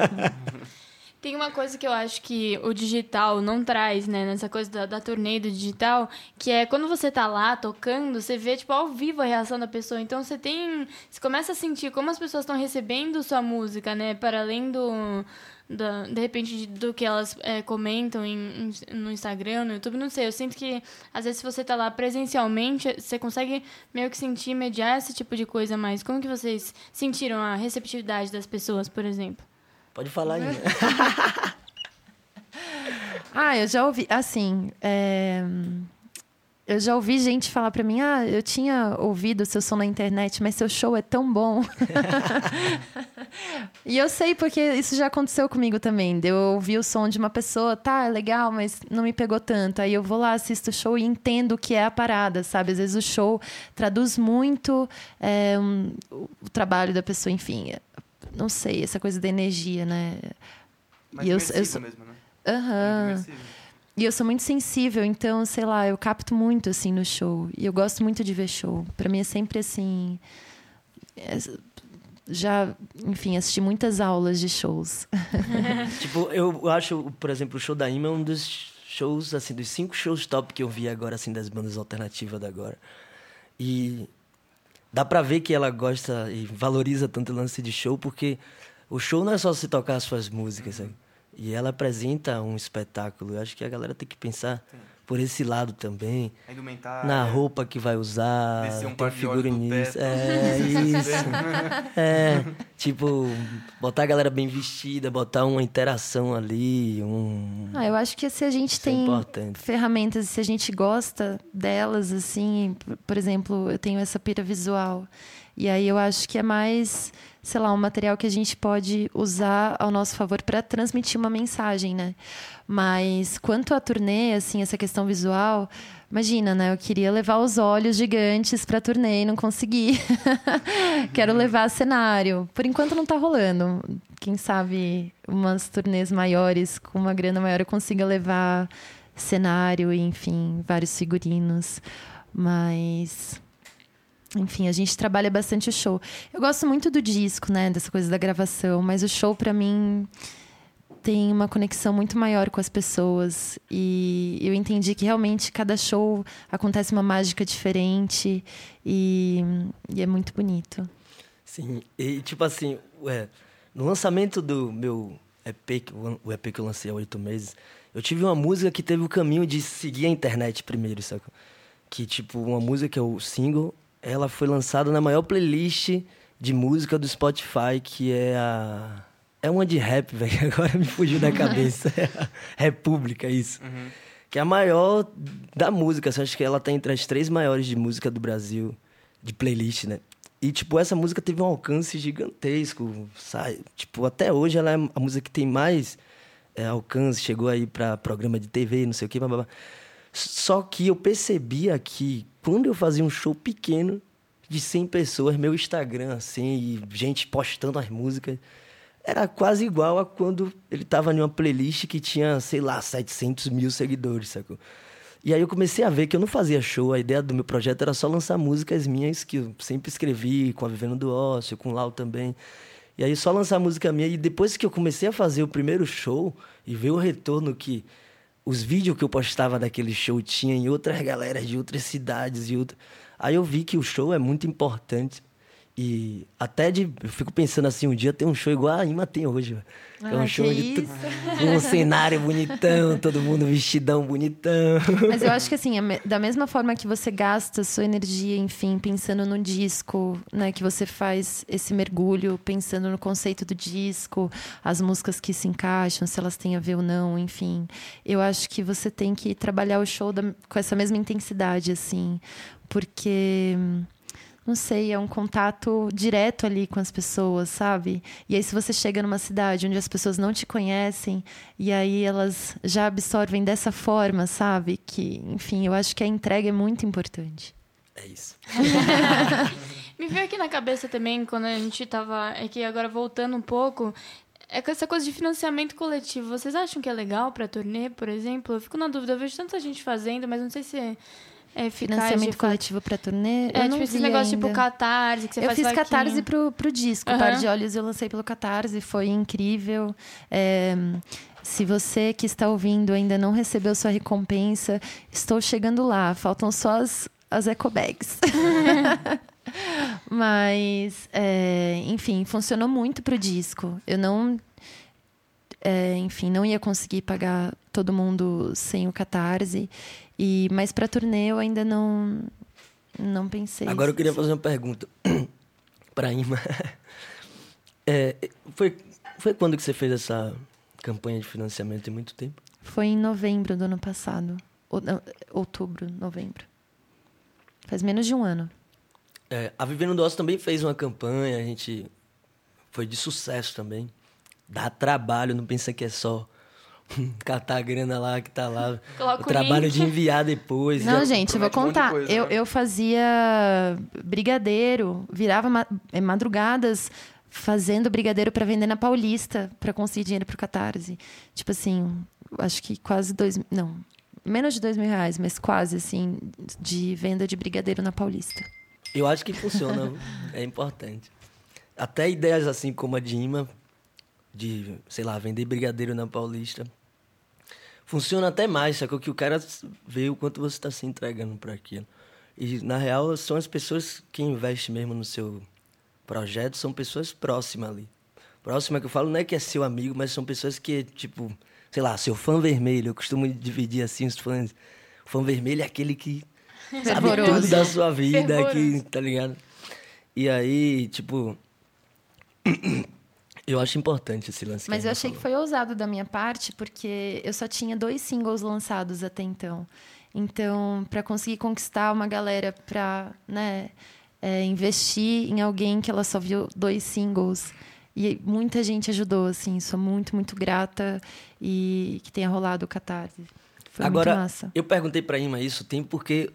Tem uma coisa que eu acho que o digital não traz, né? Nessa coisa da turnê do digital, que é quando você tá lá tocando, você vê, tipo, ao vivo a reação da pessoa. Então, você começa a sentir como as pessoas estão recebendo sua música, né? Para além de repente, do que elas comentam no Instagram, no YouTube, não sei. Eu sinto que, às vezes, se você tá lá presencialmente, você consegue meio que sentir, mediar esse tipo de coisa mais. Como que vocês sentiram a receptividade das pessoas, por exemplo? Pode falar aí. Eu já ouvi, assim, eu já ouvi gente falar pra mim, eu tinha ouvido seu som na internet, mas seu show é tão bom. E eu sei porque isso já aconteceu comigo também. Eu ouvi o som de uma pessoa, é legal, mas não me pegou tanto. Aí eu vou lá, assisto o show e entendo o que é a parada, sabe? Às vezes o show traduz muito o trabalho da pessoa, enfim... Não sei, essa coisa da energia, né? Mais imersivo mesmo, né? Aham. E eu sou muito sensível, então, sei lá, eu capto muito, assim, no show. E eu gosto muito de ver show. Pra mim é sempre, assim... Já, enfim, assisti muitas aulas de shows. Tipo, eu acho, por exemplo, o show da Ima é um dos shows, assim, dos 5 shows top que eu vi agora, assim, das bandas alternativas da agora. E dá pra ver que ela gosta e valoriza tanto o lance de show, porque o show não é só você tocar as suas músicas, sabe? E ela apresenta um espetáculo. Eu acho que a galera tem que pensar por esse lado também. A indumentária. Na roupa que vai usar, Descer um tem par de olhos do figurinista. teto. É, isso. Tipo, botar a galera bem vestida, botar uma interação ali, Eu acho que se a gente Isso é tem importante. ferramentas, se a gente gosta delas, assim, por exemplo, eu tenho essa pira visual. E aí eu acho que é mais, sei lá, um material que a gente pode usar ao nosso favor para transmitir uma mensagem, né? Mas quanto à turnê, assim, essa questão visual, imagina, né? Eu queria levar os olhos gigantes para a turnê e não consegui. Quero levar cenário. Por enquanto não tá rolando. Quem sabe umas turnês maiores, com uma grana maior, eu consiga levar cenário e, enfim, vários figurinos. Mas... Enfim, a gente trabalha bastante o show. Eu gosto muito do disco, né? Dessa coisa da gravação. Mas o show, pra mim, tem uma conexão muito maior com as pessoas. E eu entendi que, realmente, cada show acontece uma mágica diferente. E é muito bonito. Sim, e tipo assim, no lançamento do meu EP, o EP que eu lancei há 8 meses, eu tive uma música que teve o caminho de seguir a internet primeiro, sabe? Que, tipo, uma música que é o single... Ela foi lançada na maior playlist de música do Spotify, que é a... É uma de rap, velho. Agora me fugiu da cabeça. É a República, isso. Que é a maior da música. Assim, acho que ela tá entre as 3 maiores de música do Brasil, de playlist, né? E, tipo, essa música teve um alcance gigantesco, sabe? Tipo, até hoje ela é a música que tem mais alcance. Chegou aí pra programa de TV, não sei o quê, blá, blá, blá. Só que eu percebia que quando eu fazia um show pequeno de 100 pessoas, meu Instagram, assim, e gente postando as músicas, era quase igual a quando ele tava em uma playlist que tinha, sei lá, 700 mil seguidores, sacou? E aí eu comecei a ver que eu não fazia show, a ideia do meu projeto era só lançar músicas minhas que eu sempre escrevi, com a Vivendo do Ócio, com o Lau também. E aí só lançar música minha, e depois que eu comecei a fazer o primeiro show e ver o retorno que os vídeos que eu postava daquele show tinha em outras galeras de outras cidades e outras... Aí eu vi que o show é muito importante. E eu fico pensando assim, um dia tem um show igual a Ima tem hoje. É um show de um cenário bonitão, todo mundo vestidão bonitão. Mas eu acho que assim, da mesma forma que você gasta sua energia, enfim, pensando no disco, né, que você faz esse mergulho, pensando no conceito do disco, as músicas que se encaixam, se elas têm a ver ou não, enfim. Eu acho que você tem que trabalhar o show com essa mesma intensidade, assim, porque... Não sei, é um contato direto ali com as pessoas, sabe? E aí, se você chega numa cidade onde as pessoas não te conhecem, e aí elas já absorvem dessa forma, sabe? Que, enfim, eu acho que a entrega é muito importante. É isso. Me veio aqui na cabeça também, quando a gente tava aqui, agora voltando um pouco, é com essa coisa de financiamento coletivo. Vocês acham que é legal pra turnê, por exemplo? Eu fico na dúvida, eu vejo tanta gente fazendo, mas não sei se é eficaz. Financiamento coletivo pra turnê? É, tipo esse negócio tipo Catarse, que você faz Eu fiz vaquinha. Catarse pro disco. Par de Olhos eu lancei pelo Catarse, foi incrível. Se você que está ouvindo ainda não recebeu sua recompensa, estou chegando lá. Faltam só as ecobags. Mas, enfim, funcionou muito pro disco. Eu não... enfim, não ia conseguir pagar todo mundo sem o Catarse. Mas para turnê eu ainda não pensei. Agora eu queria fazer uma pergunta para Ima. Foi quando que você fez essa campanha de financiamento? Tem muito tempo? Foi em novembro do ano passado. Outubro, novembro. Faz menos de um ano. A Vivendo do Ócio também fez uma campanha, a gente foi de sucesso também. Dá trabalho, não pensa que é só catar a grana lá que tá lá. Coloca o trabalho link. de enviar depois. Não, gente, eu vou contar. coisa, né? Eu fazia brigadeiro, virava madrugadas fazendo brigadeiro para vender na Paulista, para conseguir dinheiro pro Catarse. Tipo assim, acho que quase menos de R$2.000, mas quase, assim, de venda de brigadeiro na Paulista. Eu acho que funciona, é importante. Até ideias assim como a de Ima, de, sei lá, vender brigadeiro na Paulista, funciona até mais, sacou? Que o cara vê o quanto você está se entregando para aquilo. E, na real, são as pessoas que investem mesmo no seu projeto, são pessoas próximas ali. Próxima que eu falo não é que é seu amigo, mas são pessoas que, tipo, sei lá, seu fã vermelho. Eu costumo dividir assim os fãs. O fã vermelho é aquele que sabe tudo da sua vida, que, tá ligado? E aí, tipo, eu acho importante esse lance. Mas eu achei que foi ousado da minha parte, porque eu só tinha 2 singles lançados até então. Então, para conseguir conquistar uma galera para, né, investir em alguém que ela só viu 2 singles. E muita gente ajudou, assim. Sou muito, muito grata e que tenha rolado o Catarse. Foi Agora, muito massa. Eu perguntei pra Ima isso, tem porque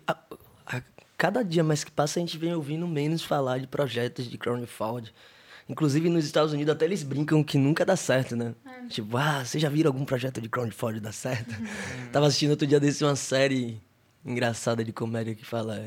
cada dia mais que passa a gente vem ouvindo menos falar de projetos de crowdfunding. Inclusive nos Estados Unidos até eles brincam que nunca dá certo, né? Tipo, vocês já viram algum projeto de crowdfunding dar certo? Tava assistindo outro dia desse uma série engraçada de comédia que fala...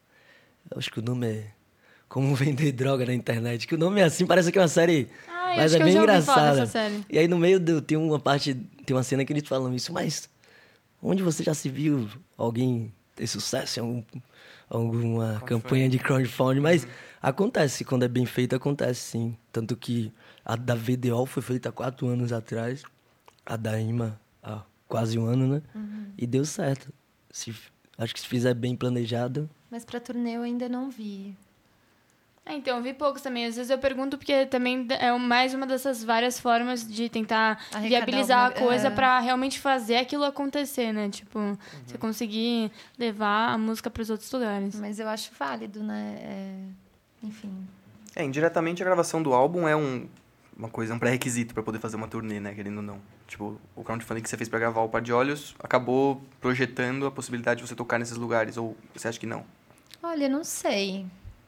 eu acho que o nome é Como Vender Droga na Internet. Que o nome é assim, parece que é uma série... mas é bem engraçada. E aí no meio tem uma cena que eles falam isso, mas onde você já se viu alguém ter sucesso em alguma campanha de crowdfunding? Mas acontece, quando é bem feito, acontece sim. Tanto que a da VDO foi feita há 4 anos atrás, a da IMA há quase 1 ano, né? E deu certo. Acho que se fizer bem planejado... Mas pra turnê eu ainda não vi. Então, eu vi poucos também. Às vezes eu pergunto porque também é mais uma dessas várias formas de tentar viabilizar a coisa pra realmente fazer aquilo acontecer, né? Tipo, você conseguir levar a música pros outros lugares. Mas eu acho válido, né? Enfim. Indiretamente a gravação do álbum é uma coisa, um pré-requisito pra poder fazer uma turnê, né? Querendo ou não. Tipo, o crowdfunding que você fez pra gravar o Par de Olhos acabou projetando a possibilidade de você tocar nesses lugares, ou você acha que não? Olha, não sei.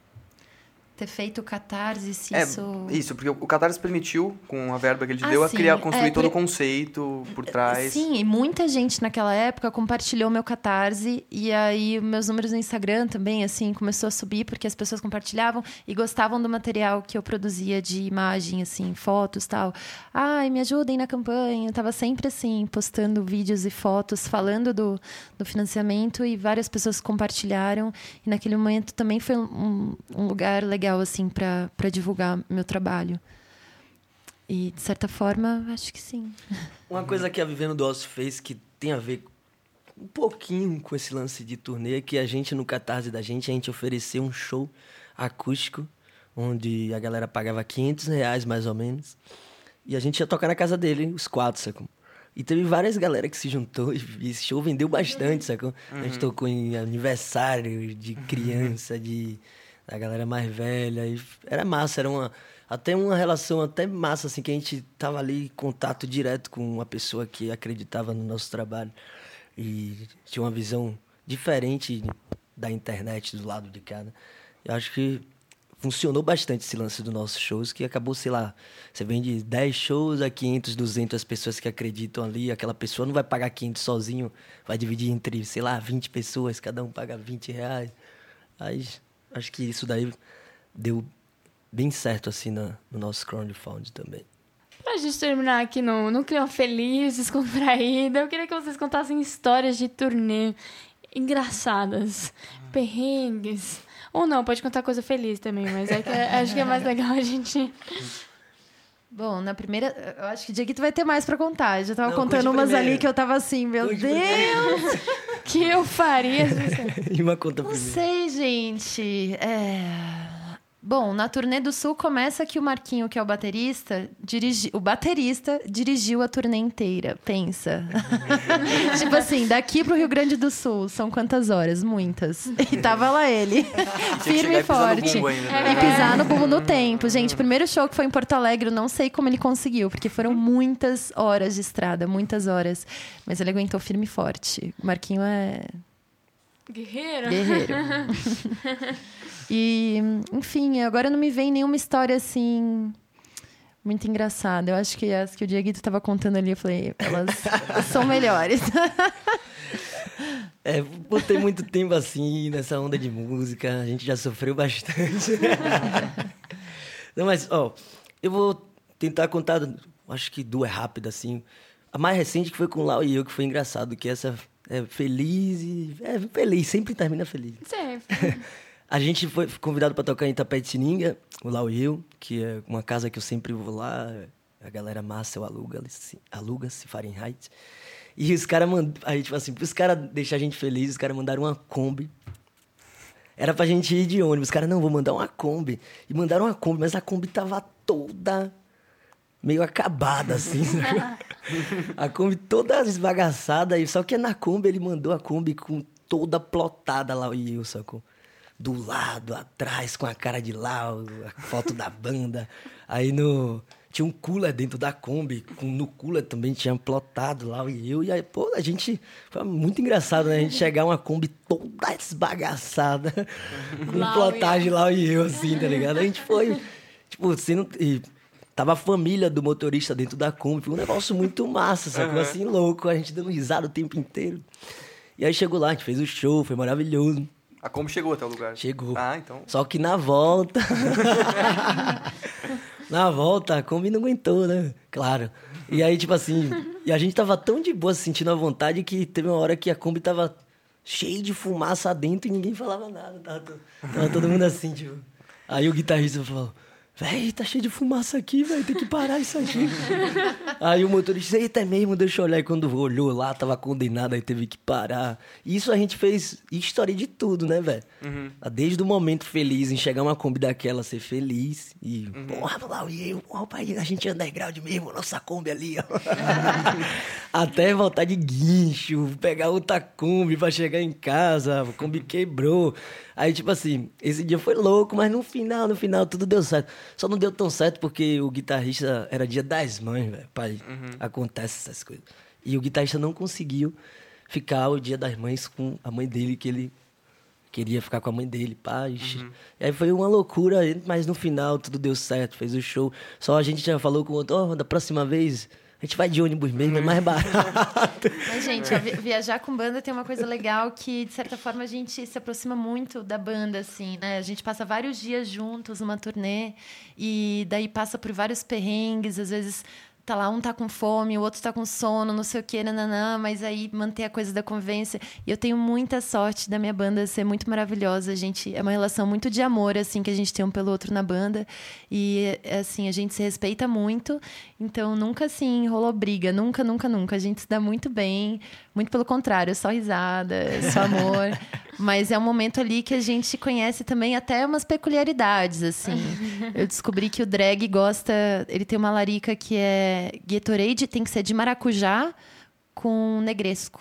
Ter feito o Catarse, se isso... Isso, porque o Catarse permitiu, com a verba que ele te deu, construir todo o conceito por trás. Sim, e muita gente naquela época compartilhou meu Catarse, e aí meus números no Instagram também, assim, começou a subir, porque as pessoas compartilhavam e gostavam do material que eu produzia de imagem, assim, fotos e tal. Ai, me ajudem na campanha. Eu tava sempre, assim, postando vídeos e fotos, falando do financiamento, e várias pessoas compartilharam. E naquele momento também foi um lugar legal, assim, para divulgar meu trabalho. E, de certa forma, acho que sim. Uma coisa que a Vivendo do Ócio fez que tem a ver um pouquinho com esse lance de turnê é que a gente, no Catarse da gente, a gente ofereceu um show acústico, onde a galera pagava R$500, mais ou menos, e a gente ia tocar na casa dele, os 4, sacou? E teve várias galera que se juntou e esse show vendeu bastante, sacou? A gente tocou em aniversário de criança, da galera mais velha, e era massa, era até uma relação até massa, assim, que a gente tava ali em contato direto com uma pessoa que acreditava no nosso trabalho e tinha uma visão diferente da internet do lado de cá, né? Eu acho que funcionou bastante esse lance dos nossos shows, que acabou, sei lá, você vende 10 shows a 500, 200 pessoas que acreditam ali, aquela pessoa não vai pagar 500 sozinho, vai dividir entre, sei lá, 20 pessoas, cada um paga R$20. Aí, acho que isso daí deu bem certo, assim, no nosso crowdfunding também. Pra gente terminar aqui no clima feliz, descontraído, eu queria que vocês contassem histórias de turnê engraçadas, perrengues. Ou não, pode contar coisa feliz também, mas acho que é mais legal a gente... Bom, na primeira... Eu acho que o Dieguito vai ter mais pra contar. Eu já tava contando umas ali que eu tava assim, meu Deus! Que eu faria? E uma conta Não primeiro. sei, gente. Bom, na turnê do Sul começa que o Marquinho, que é o baterista, dirigiu a turnê inteira. Pensa. Tipo assim, daqui pro Rio Grande do Sul, são quantas horas? Muitas. E tava lá ele, firme e forte. E pisar no bumbo no tempo. Gente, o primeiro show que foi em Porto Alegre, eu não sei como ele conseguiu, porque foram muitas horas de estrada, muitas horas. Mas ele aguentou firme e forte. O Marquinho é... Guerreiro. E, enfim, agora não me vem nenhuma história assim muito engraçada. Eu acho que as que o Dieguito estava contando ali, eu falei, elas são melhores. Por ter muito tempo assim, nessa onda de música, a gente já sofreu bastante. Não, mas, eu vou tentar contar, acho que 2 rápidas, assim. A mais recente que foi com o Lau e eu, que foi engraçado, que essa feliz e... feliz, sempre termina feliz. Sempre. A gente foi convidado para tocar em Itapetininga, o Lau e eu, que é uma casa que eu sempre vou lá. A galera massa, eu aluga-se Fahrenheit. E os caras aí, tipo assim, pros caras deixar a gente feliz, os caras mandaram uma Kombi. Era pra gente ir de ônibus. Os caras, não, vou mandar uma Kombi. E mandaram uma Kombi, mas a Kombi tava toda meio acabada, assim. A Kombi toda esbagaçada. Só que na Kombi, ele mandou a Kombi com toda plotada lá, e eu, sacou? Do lado, atrás, com a cara de Lau, a foto da banda. Aí tinha um cooler dentro da Kombi, no cooler também tinha plotado lá e eu. E aí, pô, a gente... Foi muito engraçado, né? A gente chegar uma Kombi toda esbagaçada, com plotagem lá e eu, assim, tá ligado? A gente foi, tipo, e tava a família do motorista dentro da Kombi. Foi um negócio muito massa, sacou? Assim, louco, a gente dando risada o tempo inteiro. E aí chegou lá, a gente fez o show, foi maravilhoso. A Kombi chegou até o lugar? Chegou. Ah, então... Só que na volta... Na volta, a Kombi não aguentou, né? Claro. E aí, tipo assim... E a gente tava tão de boa, se sentindo à vontade, que teve uma hora que a Kombi tava cheia de fumaça dentro e ninguém falava nada. Tava todo mundo assim, tipo... Aí o guitarrista falou... Véi, tá cheio de fumaça aqui, velho. Tem que parar isso aqui. Aí o motorista, eita, é mesmo, deixa eu olhar. E quando olhou lá, tava condenado, aí teve que parar. E isso a gente fez história de tudo, né, velho? Uhum. Desde o momento feliz, em chegar uma Kombi daquela, ser feliz. E, porra, lá, e eu, opa, a gente underground mesmo, nossa Kombi ali, ó. Até voltar de guincho, pegar outra Kombi pra chegar em casa, a Kombi quebrou. Aí, tipo assim, esse dia foi louco, mas no final, tudo deu certo. Só não deu tão certo porque o guitarrista era dia das mães, velho. Pai, acontece essas coisas. E o guitarrista não conseguiu ficar o dia das mães com a mãe dele, que ele queria ficar com a mãe dele, pai. E aí foi uma loucura, mas no final tudo deu certo, fez o show. Só a gente já falou com o outro, da próxima vez... A gente vai de ônibus mesmo, é mais barato. Mas, gente, viajar com banda tem uma coisa legal que, de certa forma, a gente se aproxima muito da banda, assim, né? A gente passa vários dias juntos numa turnê e daí passa por vários perrengues, às vezes... Tá lá, um tá com fome, o outro tá com sono, não sei o quê, nananã, mas aí manter a coisa da convivência. E eu tenho muita sorte da minha banda ser muito maravilhosa. A gente é uma relação muito de amor, assim, que a gente tem um pelo outro na banda. E, assim, a gente se respeita muito. Então, nunca, assim, rolou briga. Nunca, nunca, nunca. A gente se dá muito bem. Muito pelo contrário, só risada, só amor. Mas é um momento ali que a gente conhece também até umas peculiaridades, assim. Eu descobri que o drag gosta... Ele tem uma larica que é Gatorade, tem que ser de maracujá com negresco.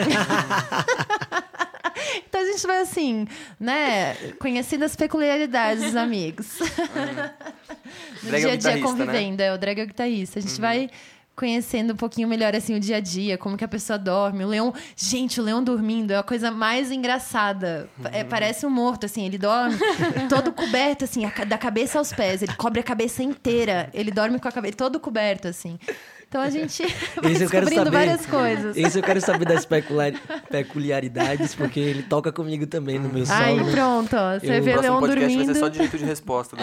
Então a gente vai assim, né? Conhecendo as peculiaridades dos amigos. No dia a dia convivendo, né? O drag é o guitarrista. A gente vai... conhecendo um pouquinho melhor, assim, o dia a dia, como que a pessoa dorme. O leão... Gente, o leão dormindo é a coisa mais engraçada. Parece um morto, assim. Ele dorme todo coberto, assim, da cabeça aos pés. Ele cobre a cabeça inteira. Ele dorme com a cabeça todo coberto, assim. Então a gente vai descobrindo várias coisas. Esse eu quero saber das peculiaridades, porque ele toca comigo também no meu solo. Aí, pronto, ó. Você vê o leão dormindo. Vai ser só direito de resposta. Né?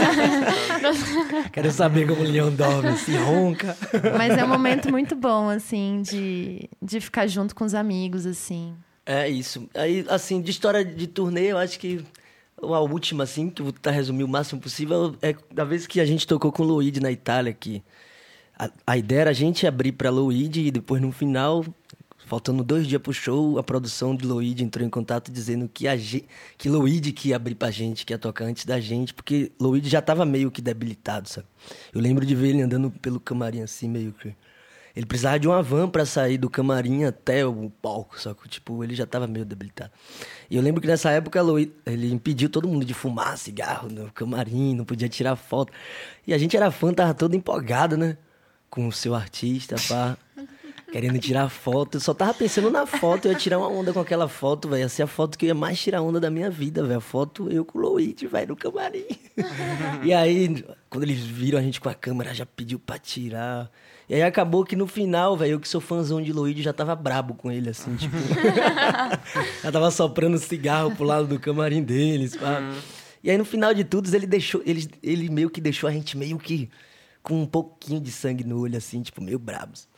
Quero saber como o leão dorme, se ronca. Mas é um momento muito bom, assim, de ficar junto com os amigos, assim. É isso. Aí, assim, de história de turnê, eu acho que a última, assim, que eu vou tentar resumir o máximo possível, é da vez que a gente tocou com o Luigi na Itália, que a ideia era a gente abrir para Luigi e depois, no final, faltando 2 dias pro show, a produção de Luigi entrou em contato dizendo que Luigi que ia abrir pra gente, que ia tocar antes da gente, porque Luigi já tava meio que debilitado, sabe? Eu lembro de ver ele andando pelo camarim assim, meio que... Ele precisava de uma van pra sair do camarim até o palco, só que, tipo, ele já tava meio debilitado. E eu lembro que nessa época ele impediu todo mundo de fumar cigarro no camarim, não podia tirar foto. E a gente era fã, tava todo empolgado, né? Com o seu artista, pá, querendo tirar foto. Eu só tava pensando na foto, eu ia tirar uma onda com aquela foto, velho. Ia ser a foto que eu ia mais tirar onda da minha vida, velho. A foto eu com o Luigi, velho, no camarim. E aí, quando eles viram a gente com a câmera, já pediu pra tirar. E aí acabou que no final, velho, eu que sou fãzão de Luigi, já tava brabo com ele, assim, tipo... já tava soprando cigarro pro lado do camarim deles, pá. E aí no final de tudo, ele meio que deixou a gente meio que com um pouquinho de sangue no olho, assim, tipo, meio brabos.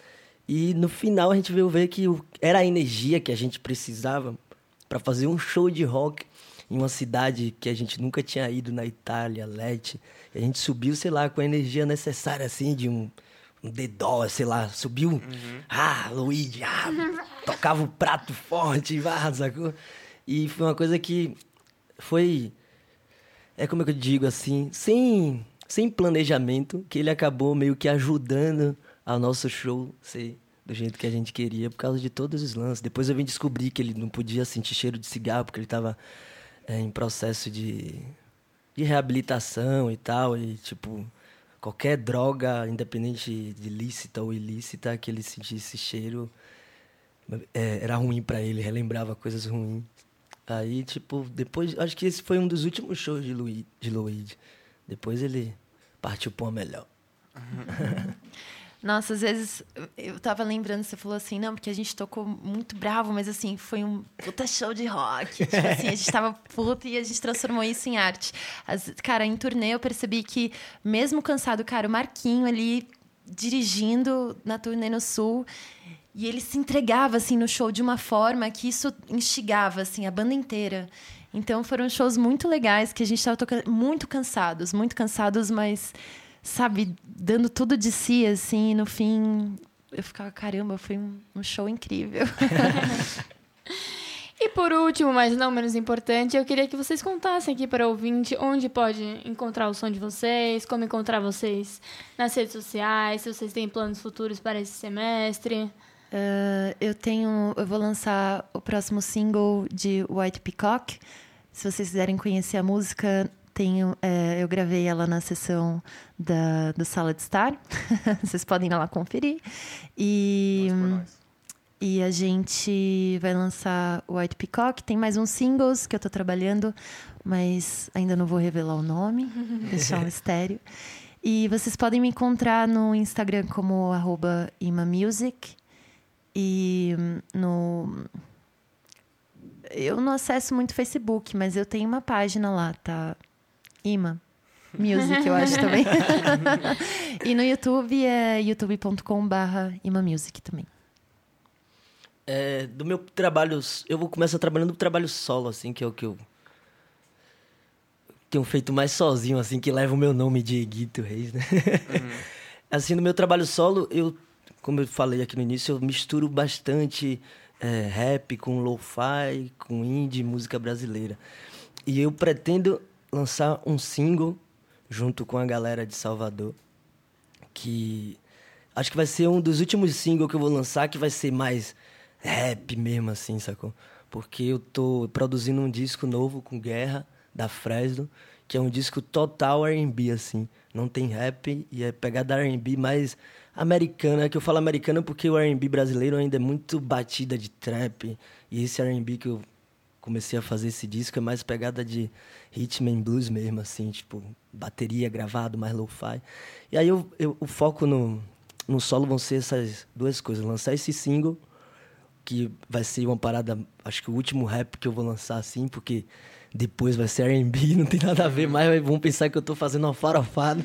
E no final a gente veio ver que era a energia que a gente precisava para fazer um show de rock em uma cidade que a gente nunca tinha ido, na Itália, Lecce. E a gente subiu, sei lá, com a energia necessária, assim, de um dedó, sei lá, subiu, Luigi, tocava o prato forte, sacou? E foi uma coisa que foi, como é que eu digo assim, sem planejamento, que ele acabou meio que ajudando ao nosso show ser do jeito que a gente queria, por causa de todos os lances. Depois eu vim descobrir que ele não podia sentir cheiro de cigarro, porque ele estava em processo de reabilitação e tal, e tipo, qualquer droga, independente de lícita ou ilícita, que ele sentisse cheiro, era ruim pra ele, relembrava coisas ruins. Aí, tipo, depois, acho que esse foi um dos últimos shows de Luigi. Depois ele partiu pra uma melhor. Nossa, às vezes eu tava lembrando, você falou assim, não, porque a gente tocou muito bravo, mas assim, foi um puta show de rock. Tipo assim, a gente tava puto e a gente transformou isso em arte. Cara, em turnê eu percebi que, mesmo cansado, cara, o Marquinho ali dirigindo na turnê no Sul, e ele se entregava, assim, no show de uma forma que isso instigava, assim, a banda inteira. Então foram shows muito legais, que a gente tava tocando muito cansados, mas... sabe, dando tudo de si, assim, e no fim eu ficava, caramba, foi um show incrível. E por último, mas não menos importante, eu queria que vocês contassem aqui para o ouvinte onde pode encontrar o som de vocês, como encontrar vocês nas redes sociais, se vocês têm planos futuros para esse semestre. Eu vou lançar o próximo single de White Peacock. Se vocês quiserem conhecer a música, eu gravei ela na sessão do Sala de Estar. Vocês podem ir lá conferir. E a gente vai lançar o White Peacock. Tem mais uns singles que eu tô trabalhando, mas ainda não vou revelar o nome, deixar um mistério. E vocês podem me encontrar no Instagram como @imamusic. E eu não acesso muito Facebook, mas eu tenho uma página lá, tá? Ima Music, eu acho também. E no YouTube é youtube.com/imamusic também. Do meu trabalho, eu vou começar trabalhando no trabalho solo, assim, que é o que eu tenho feito mais sozinho, assim, que leva o meu nome de Guito Reis, né? Assim, no meu trabalho solo, como eu falei aqui no início, eu misturo bastante rap com lo-fi, com indie, música brasileira. E eu pretendo lançar um single junto com a galera de Salvador, que acho que vai ser um dos últimos singles que eu vou lançar, que vai ser mais rap mesmo, assim, sacou? Porque eu tô produzindo um disco novo com Guerra, da Fresno, que é um disco total R&B, assim. Não tem rap e é pegada R&B mais americana, que eu falo americana porque o R&B brasileiro ainda é muito batida de trap, e esse R&B que eu comecei a fazer esse disco é mais pegada de rhythm and blues mesmo, assim, tipo, bateria gravado, mais lo-fi. E aí o foco no solo vão ser essas duas coisas. Lançar esse single, que vai ser uma parada, acho que o último rap que eu vou lançar, assim, porque depois vai ser R&B, não tem nada a ver mais, vão pensar que eu tô fazendo uma farofada.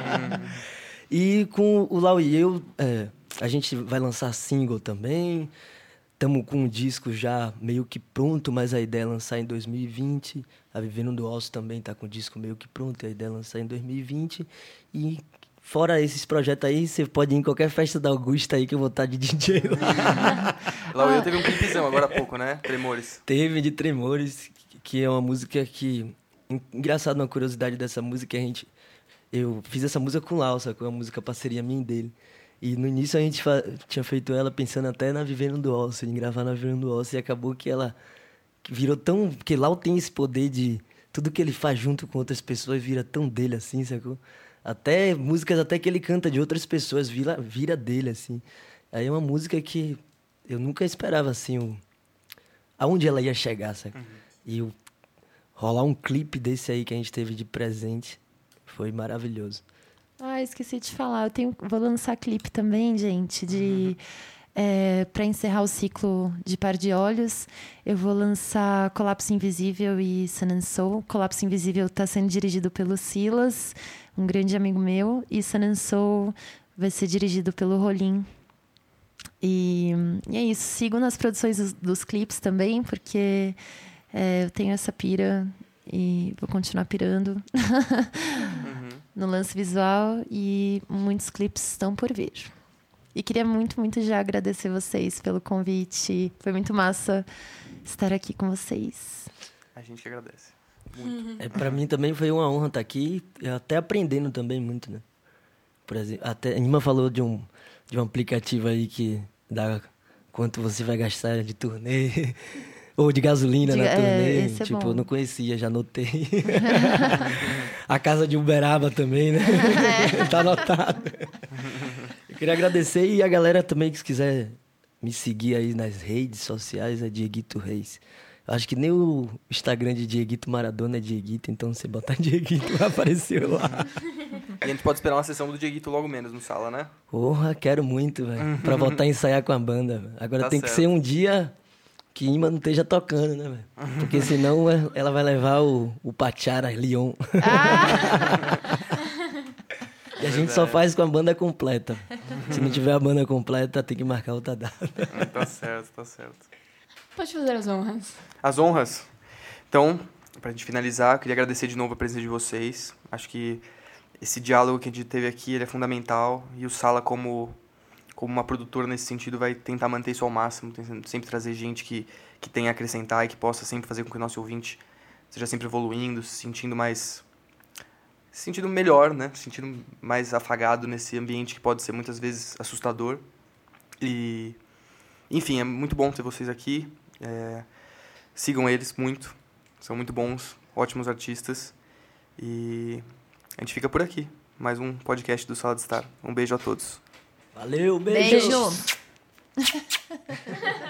E com o Lau e eu, a gente vai lançar single também. Estamos com um disco já meio que pronto, mas a ideia é lançar em 2020. A Vivendo do Osso também está com o disco meio que pronto, a ideia é lançar em 2020. E fora esses projetos aí, você pode ir em qualquer festa da Augusta aí que eu vou estar de DJ lá. Lau e eu teve um clipezão agora há pouco, né? Tremores. Teve, de Tremores, que é uma música que... Engraçado, uma curiosidade dessa música, eu fiz essa música com o Lau, sacou? Uma música parceria minha e dele. E no início a gente tinha feito ela pensando até na Vivendo do Osso, em gravar na Vivendo do Osso, e acabou que ela virou tão... Porque Lau tem esse poder de... Tudo que ele faz junto com outras pessoas vira tão dele, assim, sacou? Até músicas até que ele canta de outras pessoas vira dele, assim. Aí é uma música que eu nunca esperava, assim, aonde ela ia chegar, sabe? E rolar um clipe desse aí que a gente teve de presente foi maravilhoso. Esqueci de falar. Vou lançar clipe também, gente, para encerrar o ciclo de Par de Olhos. Eu vou lançar Colapso Invisível e Sun and Soul. Colapso Invisível está sendo dirigido pelo Silas, um grande amigo meu, e Sun and Soul vai ser dirigido pelo Rolim. E é isso. Sigo nas produções dos clipes também, porque eu tenho essa pira e vou continuar pirando no lance visual, e muitos clipes estão por vir. E queria muito, muito já agradecer vocês pelo convite. Foi muito massa estar aqui com vocês. A gente que agradece. Muito. Pra mim também foi uma honra estar aqui, até aprendendo também muito, né? Por exemplo, até a Nima falou de um aplicativo aí que dá quanto você vai gastar de turnê ou de gasolina na turnê. Esse é Tipo, bom. eu não conhecia, já anotei. A casa de Uberaba também, né? Tá anotado. Eu queria agradecer, e a galera também que quiser me seguir aí nas redes sociais é Dieguito Reis. Eu acho que nem o Instagram de Dieguito Maradona é Dieguito, então você botar Dieguito vai aparecer lá. E a gente pode esperar uma sessão do Dieguito logo menos no Sala, né? Porra, quero muito, velho. Pra voltar a ensaiar com a banda, véio. Agora Tá tem que certo. ser um dia que Ima não esteja tocando, né, velho? Porque senão ela vai levar o Pachara Lyon. E a gente só faz com a banda completa. Se não tiver a banda completa, tem que marcar outra data. Tá certo, tá certo. Pode fazer as honras. As honras. Então, pra gente finalizar, eu queria agradecer de novo a presença de vocês. Acho que esse diálogo que a gente teve aqui, ele é fundamental. E o Sala, como uma produtora nesse sentido, vai tentar manter isso ao máximo. Sempre trazer gente que tenha a acrescentar e que possa sempre fazer com que o nosso ouvinte seja sempre evoluindo, se sentindo melhor, né? Se sentindo mais afagado nesse ambiente que pode ser muitas vezes assustador. E, enfim, é muito bom ter vocês aqui. Sigam eles muito. São muito bons, ótimos artistas. E a gente fica por aqui. Mais um podcast do Sala de Estar. Um beijo a todos. Valeu, beijo! Beijo!